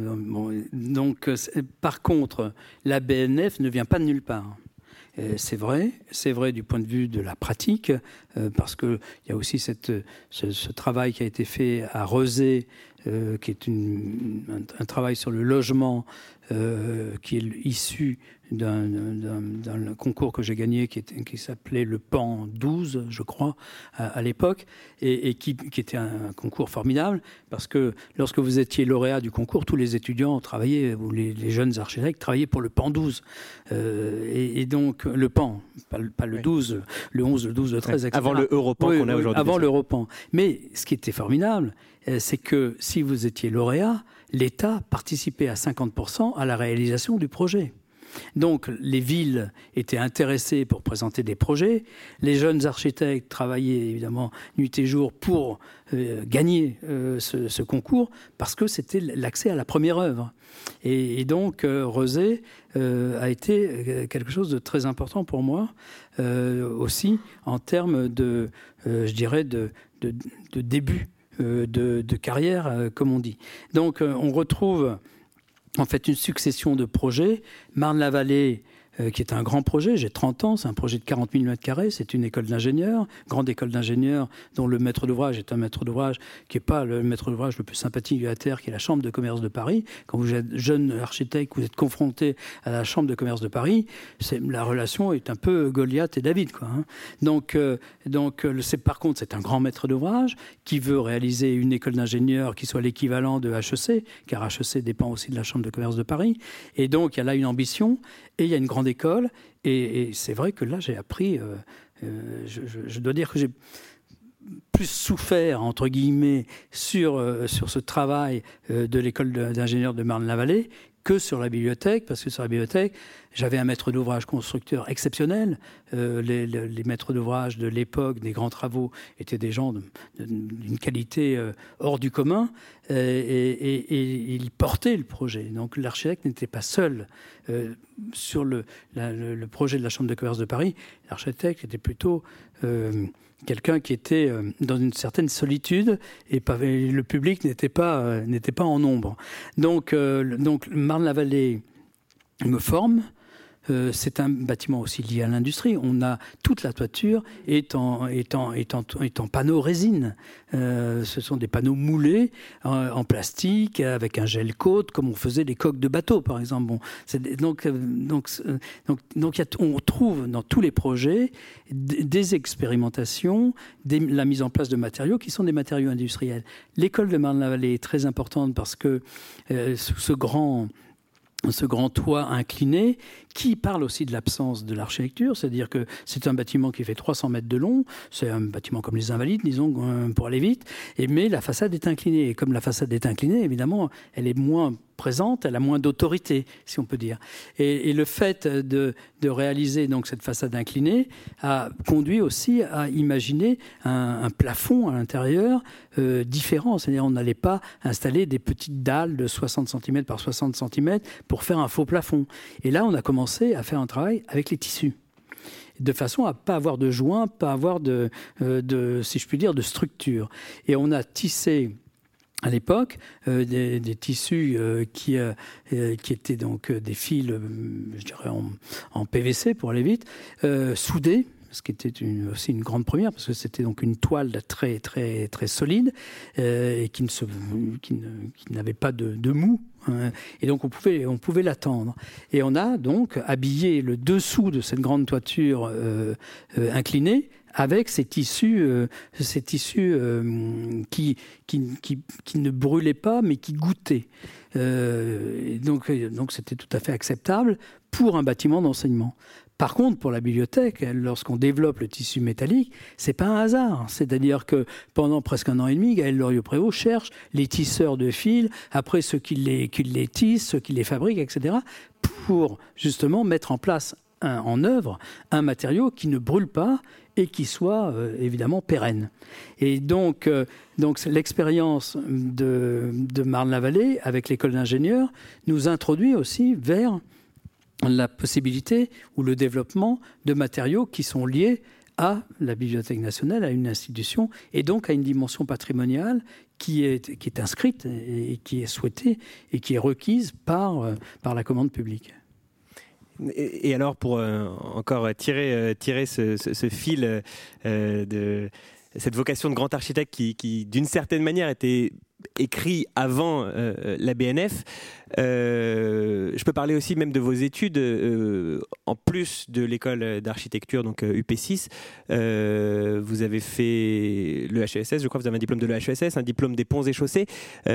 Speaker 3: Par contre, la BNF ne vient pas de nulle part. C'est vrai du point de vue de la pratique, parce qu'il y a aussi ce travail qui a été fait à Rezé, qui est un travail sur le logement, qui est issu d'un concours que j'ai gagné qui s'appelait le PAN 12, je crois, à l'époque, et qui était un concours formidable, parce que lorsque vous étiez lauréat du concours, tous les étudiants travaillaient, ou les jeunes architectes travaillaient pour le PAN 12. Et donc, le PAN, pas le 12, le 11, le 12, le 13, etc.
Speaker 2: Avant le Europan qu'on a aujourd'hui.
Speaker 3: Avant l'Europan. Mais ce qui était formidable, c'est que si vous étiez lauréat, l'État participait à 50% à la réalisation du projet. Donc, les villes étaient intéressées pour présenter des projets. Les jeunes architectes travaillaient évidemment nuit et jour pour gagner ce concours parce que c'était l'accès à la première œuvre. Et donc, Rezé a été quelque chose de très important pour moi aussi en termes de début de carrière, comme on dit. Donc, on retrouve en fait une succession de projets. Marne-la-Vallée, qui est un grand projet, j'ai 30 ans, c'est un projet de 40 000 m², c'est une école d'ingénieurs, grande école d'ingénieurs, dont le maître d'ouvrage est un maître d'ouvrage qui n'est pas le maître d'ouvrage le plus sympathique de la Terre, qui est la Chambre de commerce de Paris. Quand vous êtes jeune architecte, vous êtes confronté à la Chambre de commerce de Paris, la relation est un peu Goliath et David, quoi, hein. Donc, par contre, c'est un grand maître d'ouvrage qui veut réaliser une école d'ingénieurs qui soit l'équivalent de HEC, car HEC dépend aussi de la Chambre de commerce de Paris. Et donc, il y a là une ambition, et il y a une grande école, et c'est vrai que là j'ai appris, je dois dire que j'ai plus souffert entre guillemets sur ce travail de l'école d'ingénieurs de Marne-la-Vallée que sur la bibliothèque, parce que sur la bibliothèque, j'avais un maître d'ouvrage constructeur exceptionnel. Les maîtres d'ouvrage de l'époque, des grands travaux, étaient des gens d'une qualité hors du commun, et ils portaient le projet. Donc l'architecte n'était pas seul sur le projet de la Chambre de commerce de Paris. L'architecte était plutôt quelqu'un qui était dans une certaine solitude, et le public n'était pas en nombre. Donc Marne-la-Vallée me forme. C'est un bâtiment aussi lié à l'industrie. On a toute la toiture est en panneaux résine. Ce sont des panneaux moulés en plastique avec un gel coat, comme on faisait les coques de bateaux, par exemple. Bon, on trouve dans tous les projets des expérimentations, la mise en place de matériaux qui sont des matériaux industriels. L'école de Marne-la-Vallée est très importante parce que ce grand toit incliné, qui parle aussi de l'absence de l'architecture, c'est-à-dire que c'est un bâtiment qui fait 300 mètres de long, c'est un bâtiment comme les Invalides, disons, pour aller vite, mais la façade est inclinée. Et comme la façade est inclinée, évidemment, elle est moins présente, elle a moins d'autorité, si on peut dire. Et le fait de réaliser donc cette façade inclinée a conduit aussi à imaginer un plafond à l'intérieur différent. C'est-à-dire on n'allait pas installer des petites dalles de 60 cm par 60 cm pour faire un faux plafond. Et là, on a commencé à faire un travail avec les tissus, de façon à ne pas avoir de joints, pas avoir si je puis dire, de structure. Et on a tissé à l'époque des tissus qui étaient donc des fils, je dirais en PVC pour aller vite, soudés, ce qui était aussi une grande première, parce que c'était donc une toile très très très solide et qui n'avait pas de mou. Et donc on pouvait l'attendre. Et on a donc habillé le dessous de cette grande toiture inclinée avec ces tissus qui ne brûlaient pas, mais qui goûtaient. Donc c'était tout à fait acceptable pour un bâtiment d'enseignement. Par contre, pour la bibliothèque, lorsqu'on développe le tissu métallique, c'est pas un hasard. C'est-à-dire que pendant presque 1 an et demi, Gaël Loriot-Prévost cherche les tisseurs de fils, après ceux qui les tissent, ceux qui les fabriquent, etc., pour justement mettre en place, en œuvre, un matériau qui ne brûle pas et qui soit évidemment pérenne. Et donc l'expérience de Marne-la-Vallée avec l'école d'ingénieurs nous introduit aussi vers la possibilité ou le développement de matériaux qui sont liés à la Bibliothèque nationale, à une institution, et donc à une dimension patrimoniale qui est inscrite et qui est souhaitée et qui est requise par la commande publique.
Speaker 2: Et alors, pour encore tirer ce fil de cette vocation de grand architecte qui d'une certaine manière, était écrit avant la BNF, je peux parler aussi même de vos études, en plus de l'école d'architecture, donc UP6, vous avez fait le HESS, je crois que vous avez un diplôme de l'HESS, un diplôme des ponts et chaussées.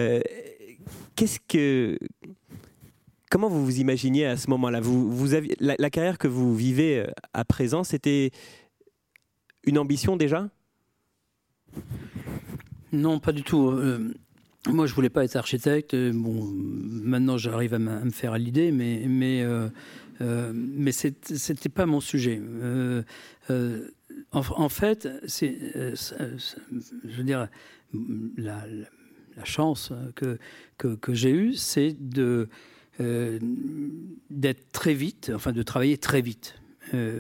Speaker 2: Comment vous vous imaginiez à ce moment-là ? Vous aviez, la carrière que vous vivez à présent, c'était une ambition déjà ?
Speaker 3: Non, pas du tout. Moi, je voulais pas être architecte. Bon, maintenant, j'arrive à me faire à l'idée, mais c'était pas mon sujet. En fait, je veux dire, la chance que j'ai eue, c'est d'être très vite, enfin de travailler très vite. Pourquoi ?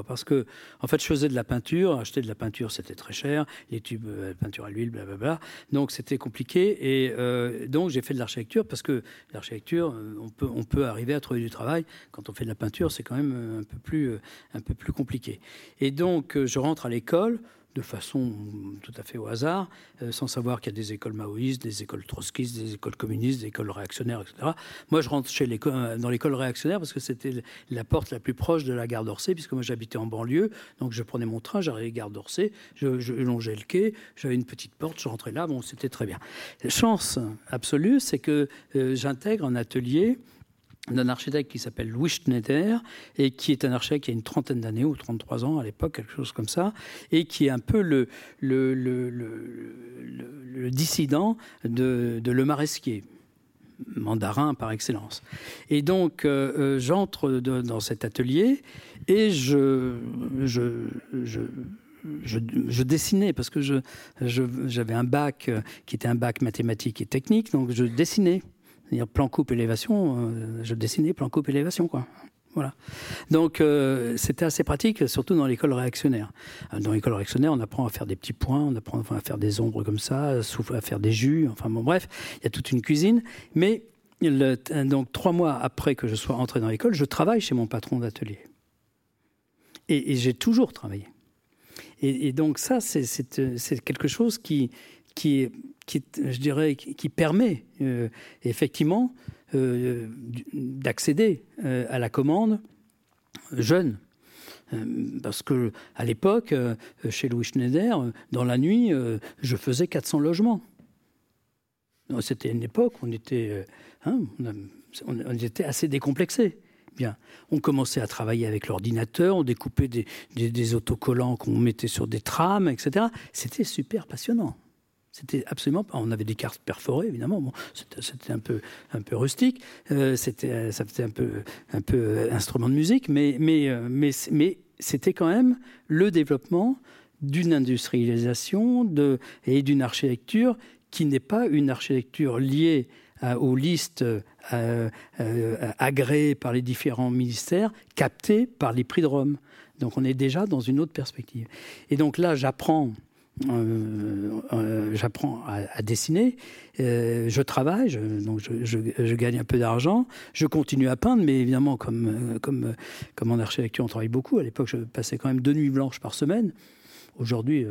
Speaker 3: Parce que, en fait, je faisais de la peinture. Acheter de la peinture, c'était très cher. Les tubes, peinture à l'huile, blablabla. Donc, c'était compliqué. Et donc, j'ai fait de l'architecture parce que l'architecture, on peut arriver à trouver du travail. Quand on fait de la peinture, c'est quand même un peu plus compliqué. Et donc, je rentre à l'école de façon tout à fait au hasard, sans savoir qu'il y a des écoles maoïstes, des écoles trotskistes, des écoles communistes, des écoles réactionnaires, etc. Moi, je rentre dans l'école réactionnaire parce que c'était la porte la plus proche de la gare d'Orsay, puisque moi, j'habitais en banlieue. Donc, je prenais mon train, j'arrivais à la gare d'Orsay, je longeais le quai, j'avais une petite porte, je rentrais là, bon, c'était très bien. La chance absolue, c'est que j'intègre un atelier d'un architecte qui s'appelle Louis Schneider et qui est un architecte qui a une 30aine d'années ou 33 ans à l'époque, quelque chose comme ça, et qui est un peu le dissident de Le Maresquier, mandarin par excellence. Et donc j'entre dans cet atelier et je dessinais parce que j'avais un bac qui était un bac mathématique et technique, donc je dessinais. C'est-à-dire plan coupe élévation, je dessinais plan coupe élévation, quoi. Voilà. Donc c'était assez pratique, surtout dans l'école réactionnaire. Dans l'école réactionnaire, on apprend à faire des petits points, on apprend à faire des ombres comme ça, à faire des jus. Enfin bon, bref, il y a toute une cuisine. Mais donc 3 mois après que je sois entré dans l'école, je travaille chez mon patron d'atelier. Et j'ai toujours travaillé. Et donc ça, c'est quelque chose qui je dirais, qui permet effectivement d'accéder à la commande jeune. Parce que à l'époque, chez Louis Schneider, dans la nuit, je faisais 400 logements. C'était une époque où on était assez décomplexés. Bien, on commençait à travailler avec l'ordinateur, on découpait des autocollants qu'on mettait sur des trames, etc. C'était super passionnant. C'était absolument pas. On avait des cartes perforées, évidemment. Bon, c'était un peu rustique. Ça faisait un peu instrument de musique, mais c'était quand même le développement d'une industrialisation et d'une architecture qui n'est pas une architecture liée aux listes agréées par les différents ministères, captées par les prix de Rome. Donc on est déjà dans une autre perspective. Et donc là, j'apprends à dessiner, je travaille, je gagne un peu d'argent, je continue à peindre, mais évidemment, comme en architecture, on travaille beaucoup. À l'époque, je passais quand même 2 nuits blanches par semaine. Aujourd'hui,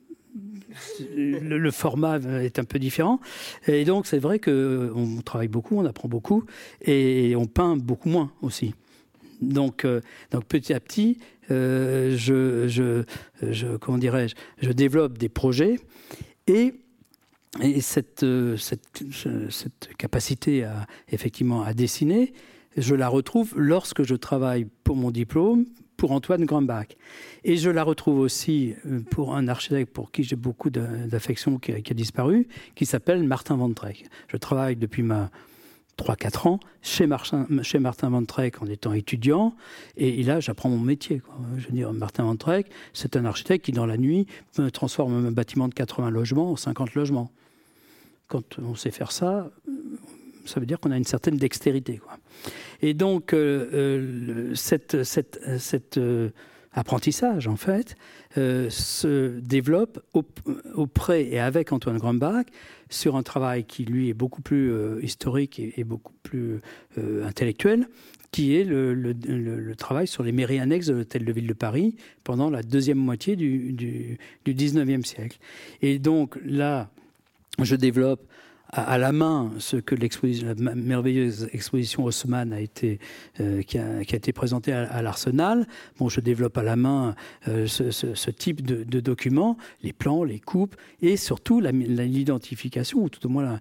Speaker 3: le format est un peu différent. Et donc, c'est vrai qu'on travaille beaucoup, on apprend beaucoup, et on peint beaucoup moins aussi. Donc petit à petit, je développe des projets et cette capacité à dessiner, je la retrouve lorsque je travaille pour mon diplôme pour Antoine Grumbach. Et je la retrouve aussi pour un architecte pour qui j'ai beaucoup d'affection, qui a disparu, qui s'appelle Martin Van Treck. Je travaille depuis 3-4 ans chez Martin Van Treck en étant étudiant, et là j'apprends mon métier, quoi. Je veux dire, Martin Van Treck, c'est un architecte qui dans la nuit transforme un bâtiment de 80 logements en 50 logements. Quand on sait faire ça, ça veut dire qu'on a une certaine dextérité, quoi. Et donc cet apprentissage en fait se développe auprès et avec Antoine Grumbach sur un travail qui lui est beaucoup plus historique et beaucoup plus intellectuel, qui est le travail sur les mairies annexes de l'Hôtel de Ville de Paris pendant la deuxième moitié du 19e siècle. Et donc là, je développe à la main ce que la merveilleuse exposition Haussmann qui a été présentée à l'Arsenal. Bon, je développe à la main ce type de documents, les plans, les coupes, et surtout l'identification, ou tout au moins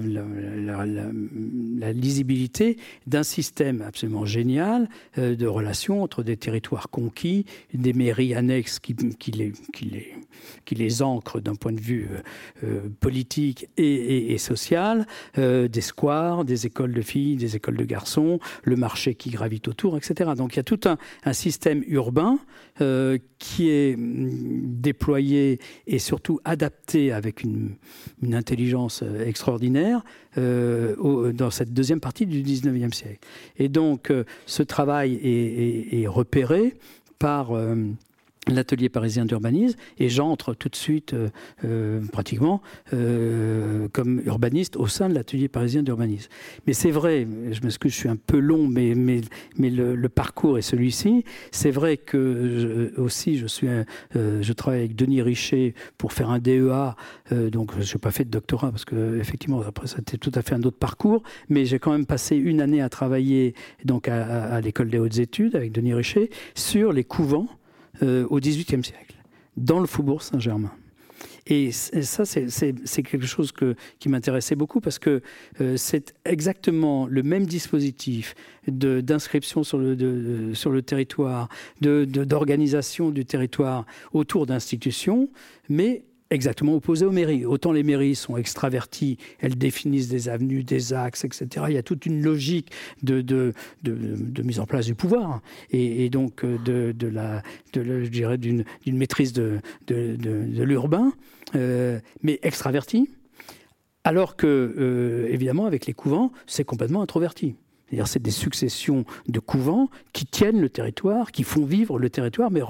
Speaker 3: la lisibilité d'un système absolument génial de relations entre des territoires conquis, des mairies annexes qui les ancrent d'un point de vue politique et social, des squares, des écoles de filles, des écoles de garçons, le marché qui gravite autour, etc. Donc il y a tout un système urbain qui est déployé et surtout adapté avec une intelligence extraordinaire dans cette deuxième partie du 19e siècle. Et donc ce travail est repéré par l'atelier parisien d'urbanisme, et j'entre tout de suite pratiquement comme urbaniste au sein de l'atelier parisien d'urbanisme. Mais c'est vrai, je m'excuse, je suis un peu long, mais le parcours est celui-ci. C'est vrai que je travaille avec Denis Richer pour faire un DEA, donc je n'ai pas fait de doctorat parce que effectivement après c'était tout à fait un autre parcours, mais j'ai quand même passé une année à travailler donc à l'école des hautes études avec Denis Richer sur les couvents au XVIIIe siècle, dans le Faubourg Saint-Germain. Et ça, c'est quelque chose qui m'intéressait beaucoup parce que c'est exactement le même dispositif d'inscription sur le territoire, d'organisation du territoire autour d'institutions, mais exactement opposé aux mairies. Autant les mairies sont extraverties, elles définissent des avenues, des axes, etc. Il y a toute une logique de mise en place du pouvoir et donc je dirais d'une maîtrise de l'urbain, mais extravertie. Alors que, évidemment, avec les couvents, c'est complètement introverti. C'est-à-dire, c'est des successions de couvents qui tiennent le territoire, qui font vivre le territoire, mais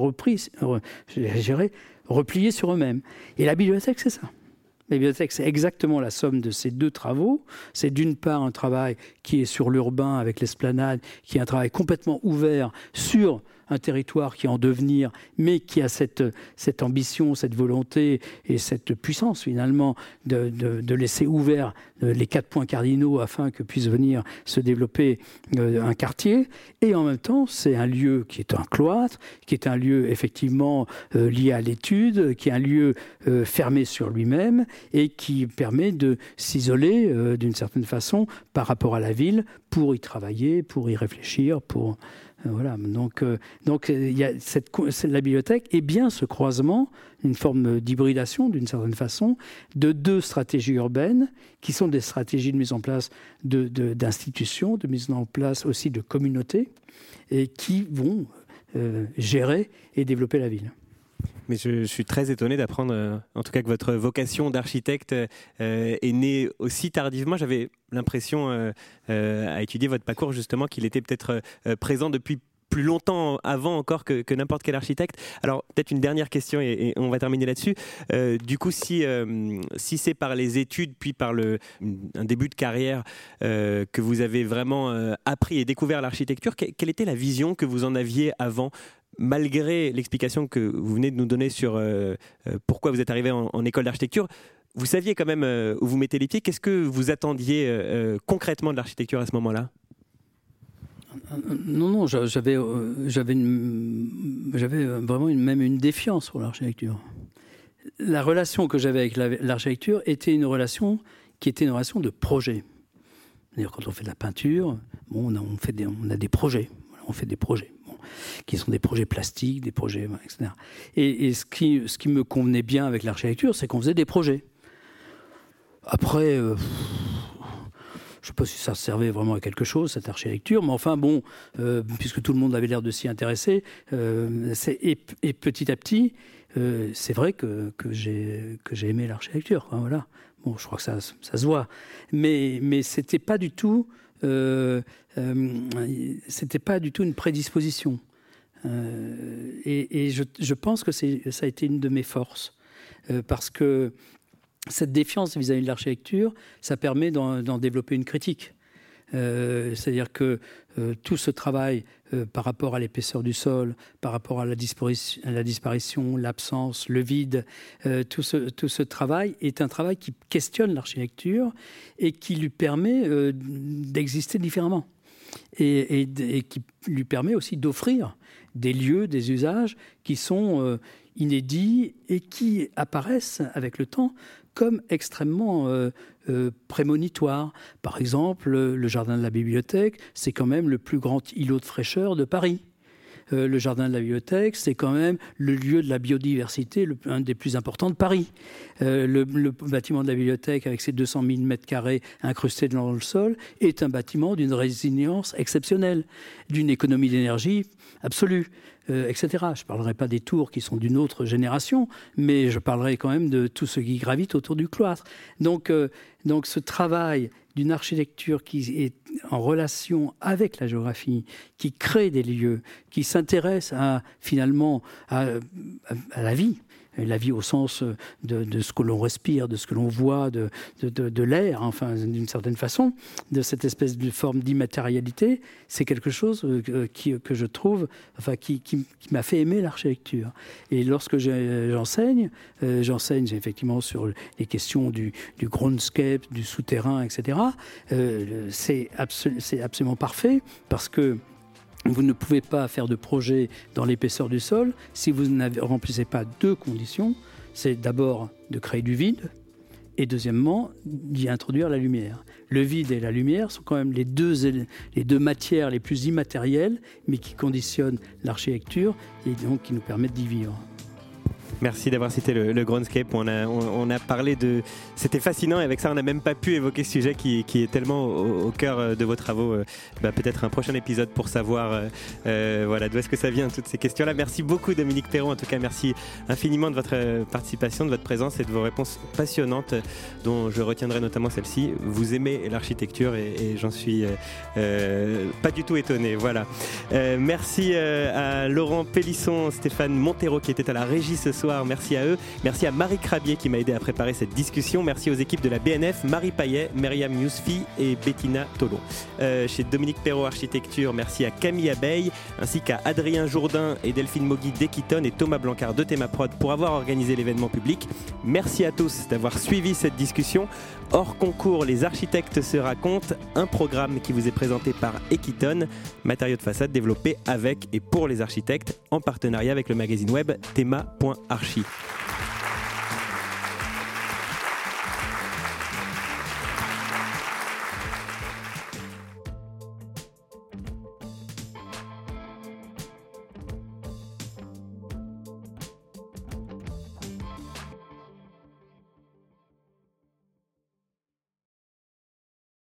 Speaker 3: repliés sur eux-mêmes. Et la bibliothèque, c'est ça. La bibliothèque, c'est exactement la somme de ces deux travaux. C'est d'une part un travail qui est sur l'urbain avec l'esplanade, qui est un travail complètement ouvert sur un territoire qui est en devenir, mais qui a cette ambition, cette volonté et cette puissance finalement de laisser ouverts les 4 points cardinaux afin que puisse venir se développer un quartier. Et en même temps, c'est un lieu qui est un cloître, qui est un lieu effectivement lié à l'étude, qui est un lieu fermé sur lui-même et qui permet de s'isoler d'une certaine façon par rapport à la ville pour y travailler, pour y réfléchir, pour Voilà. Donc il y a la bibliothèque est bien ce croisement, une forme d'hybridation d'une certaine façon, de deux stratégies urbaines qui sont des stratégies de mise en place d'institutions, de mise en place aussi de communautés, et qui vont gérer et développer la ville.
Speaker 2: Mais je suis très étonné d'apprendre, en tout cas, que votre vocation d'architecte est née aussi tardivement. J'avais l'impression, à étudier votre parcours, justement, qu'il était peut-être présent depuis plus longtemps avant encore que n'importe quel architecte. Alors, peut-être une dernière question et on va terminer là-dessus. Du coup, si c'est par les études, puis par un début de carrière que vous avez vraiment appris et découvert l'architecture, quelle était la vision que vous en aviez avant ? Malgré l'explication que vous venez de nous donner sur pourquoi vous êtes arrivé en école d'architecture, vous saviez quand même où vous mettez les pieds. Qu'est-ce que vous attendiez concrètement de l'architecture à ce moment-là ?
Speaker 3: Non, j'avais vraiment même une défiance pour l'architecture. La relation que j'avais avec l'architecture était une relation de projet. D'ailleurs, quand on fait de la peinture, on a des projets. On fait des projets. Qui sont des projets plastiques, des projets, etc. Et ce qui me convenait bien avec l'architecture, c'est qu'on faisait des projets. Après, je ne sais pas si ça servait vraiment à quelque chose, cette architecture, mais enfin bon, puisque tout le monde avait l'air de s'y intéresser, et petit à petit, c'est vrai que j'ai aimé l'architecture. Hein, voilà. Bon, je crois que ça se voit. Mais c'était pas du tout... c'était pas du tout une prédisposition. Et je pense que ça a été une de mes forces. Parce que cette défiance vis-à-vis de l'architecture, ça permet d'en développer une critique. C'est-à-dire que tout ce travail par rapport à l'épaisseur du sol, par rapport à la disparition, l'absence, le vide, tout ce travail est un travail qui questionne l'architecture et qui lui permet d'exister différemment et qui lui permet aussi d'offrir des lieux, des usages qui sont inédits et qui apparaissent avec le temps comme extrêmement prémonitoires. Par exemple, le jardin de la bibliothèque, c'est quand même le plus grand îlot de fraîcheur de Paris. Le jardin de la bibliothèque, c'est quand même le lieu de la biodiversité, un des plus importants de Paris. Le bâtiment de la bibliothèque, avec ses 200 000 mètres carrés incrustés dans le sol, est un bâtiment d'une résilience exceptionnelle, d'une économie d'énergie absolue, etc. Je ne parlerai pas des tours qui sont d'une autre génération, mais je parlerai quand même de tout ce qui gravite autour du cloître. Donc ce travail d'une architecture qui est en relation avec la géographie, qui crée des lieux, qui s'intéresse finalement à la vie au sens de ce que l'on respire, de ce que l'on voit, de l'air, enfin, d'une certaine façon, de cette espèce de forme d'immatérialité, c'est quelque chose que je trouve, enfin, qui m'a fait aimer l'architecture. Et lorsque j'enseigne effectivement sur les questions du groundscape, du souterrain, etc. C'est absolument parfait parce que vous ne pouvez pas faire de projet dans l'épaisseur du sol si vous ne remplissez pas deux conditions. C'est d'abord de créer du vide et deuxièmement d'y introduire la lumière. Le vide et la lumière sont quand même les deux matières les plus immatérielles mais qui conditionnent l'architecture et donc qui nous permettent d'y vivre.
Speaker 2: Merci d'avoir cité le groundscape. On a parlé de... C'était fascinant et avec ça, on n'a même pas pu évoquer ce sujet qui est tellement au cœur de vos travaux. Peut-être un prochain épisode pour savoir voilà, d'où est-ce que ça vient, toutes ces questions-là. Merci beaucoup, Dominique Perrault. En tout cas, merci infiniment de votre participation, de votre présence et de vos réponses passionnantes, dont je retiendrai notamment celle-ci. Vous aimez l'architecture et j'en suis pas du tout étonné. Voilà. Merci à Laurent Pélisson, Stéphane Montero qui était à la régie ce soir. Merci à eux. Merci à Marie Crabier qui m'a aidé à préparer cette discussion. Merci aux équipes de la BNF, Marie Payet, Myriam Yousfi et Bettina Tolon. Chez Dominique Perrault Architecture, merci à Camille Abeille, ainsi qu'à Adrien Jourdain et Delphine Mogui d'Equiton et Thomas Blancard de Thémaprod pour avoir organisé l'événement public. Merci à tous d'avoir suivi cette discussion. Hors concours, les architectes se racontent, un programme qui vous est présenté par Equiton, matériaux de façade développés avec et pour les architectes en partenariat avec le magazine web Théma.archi.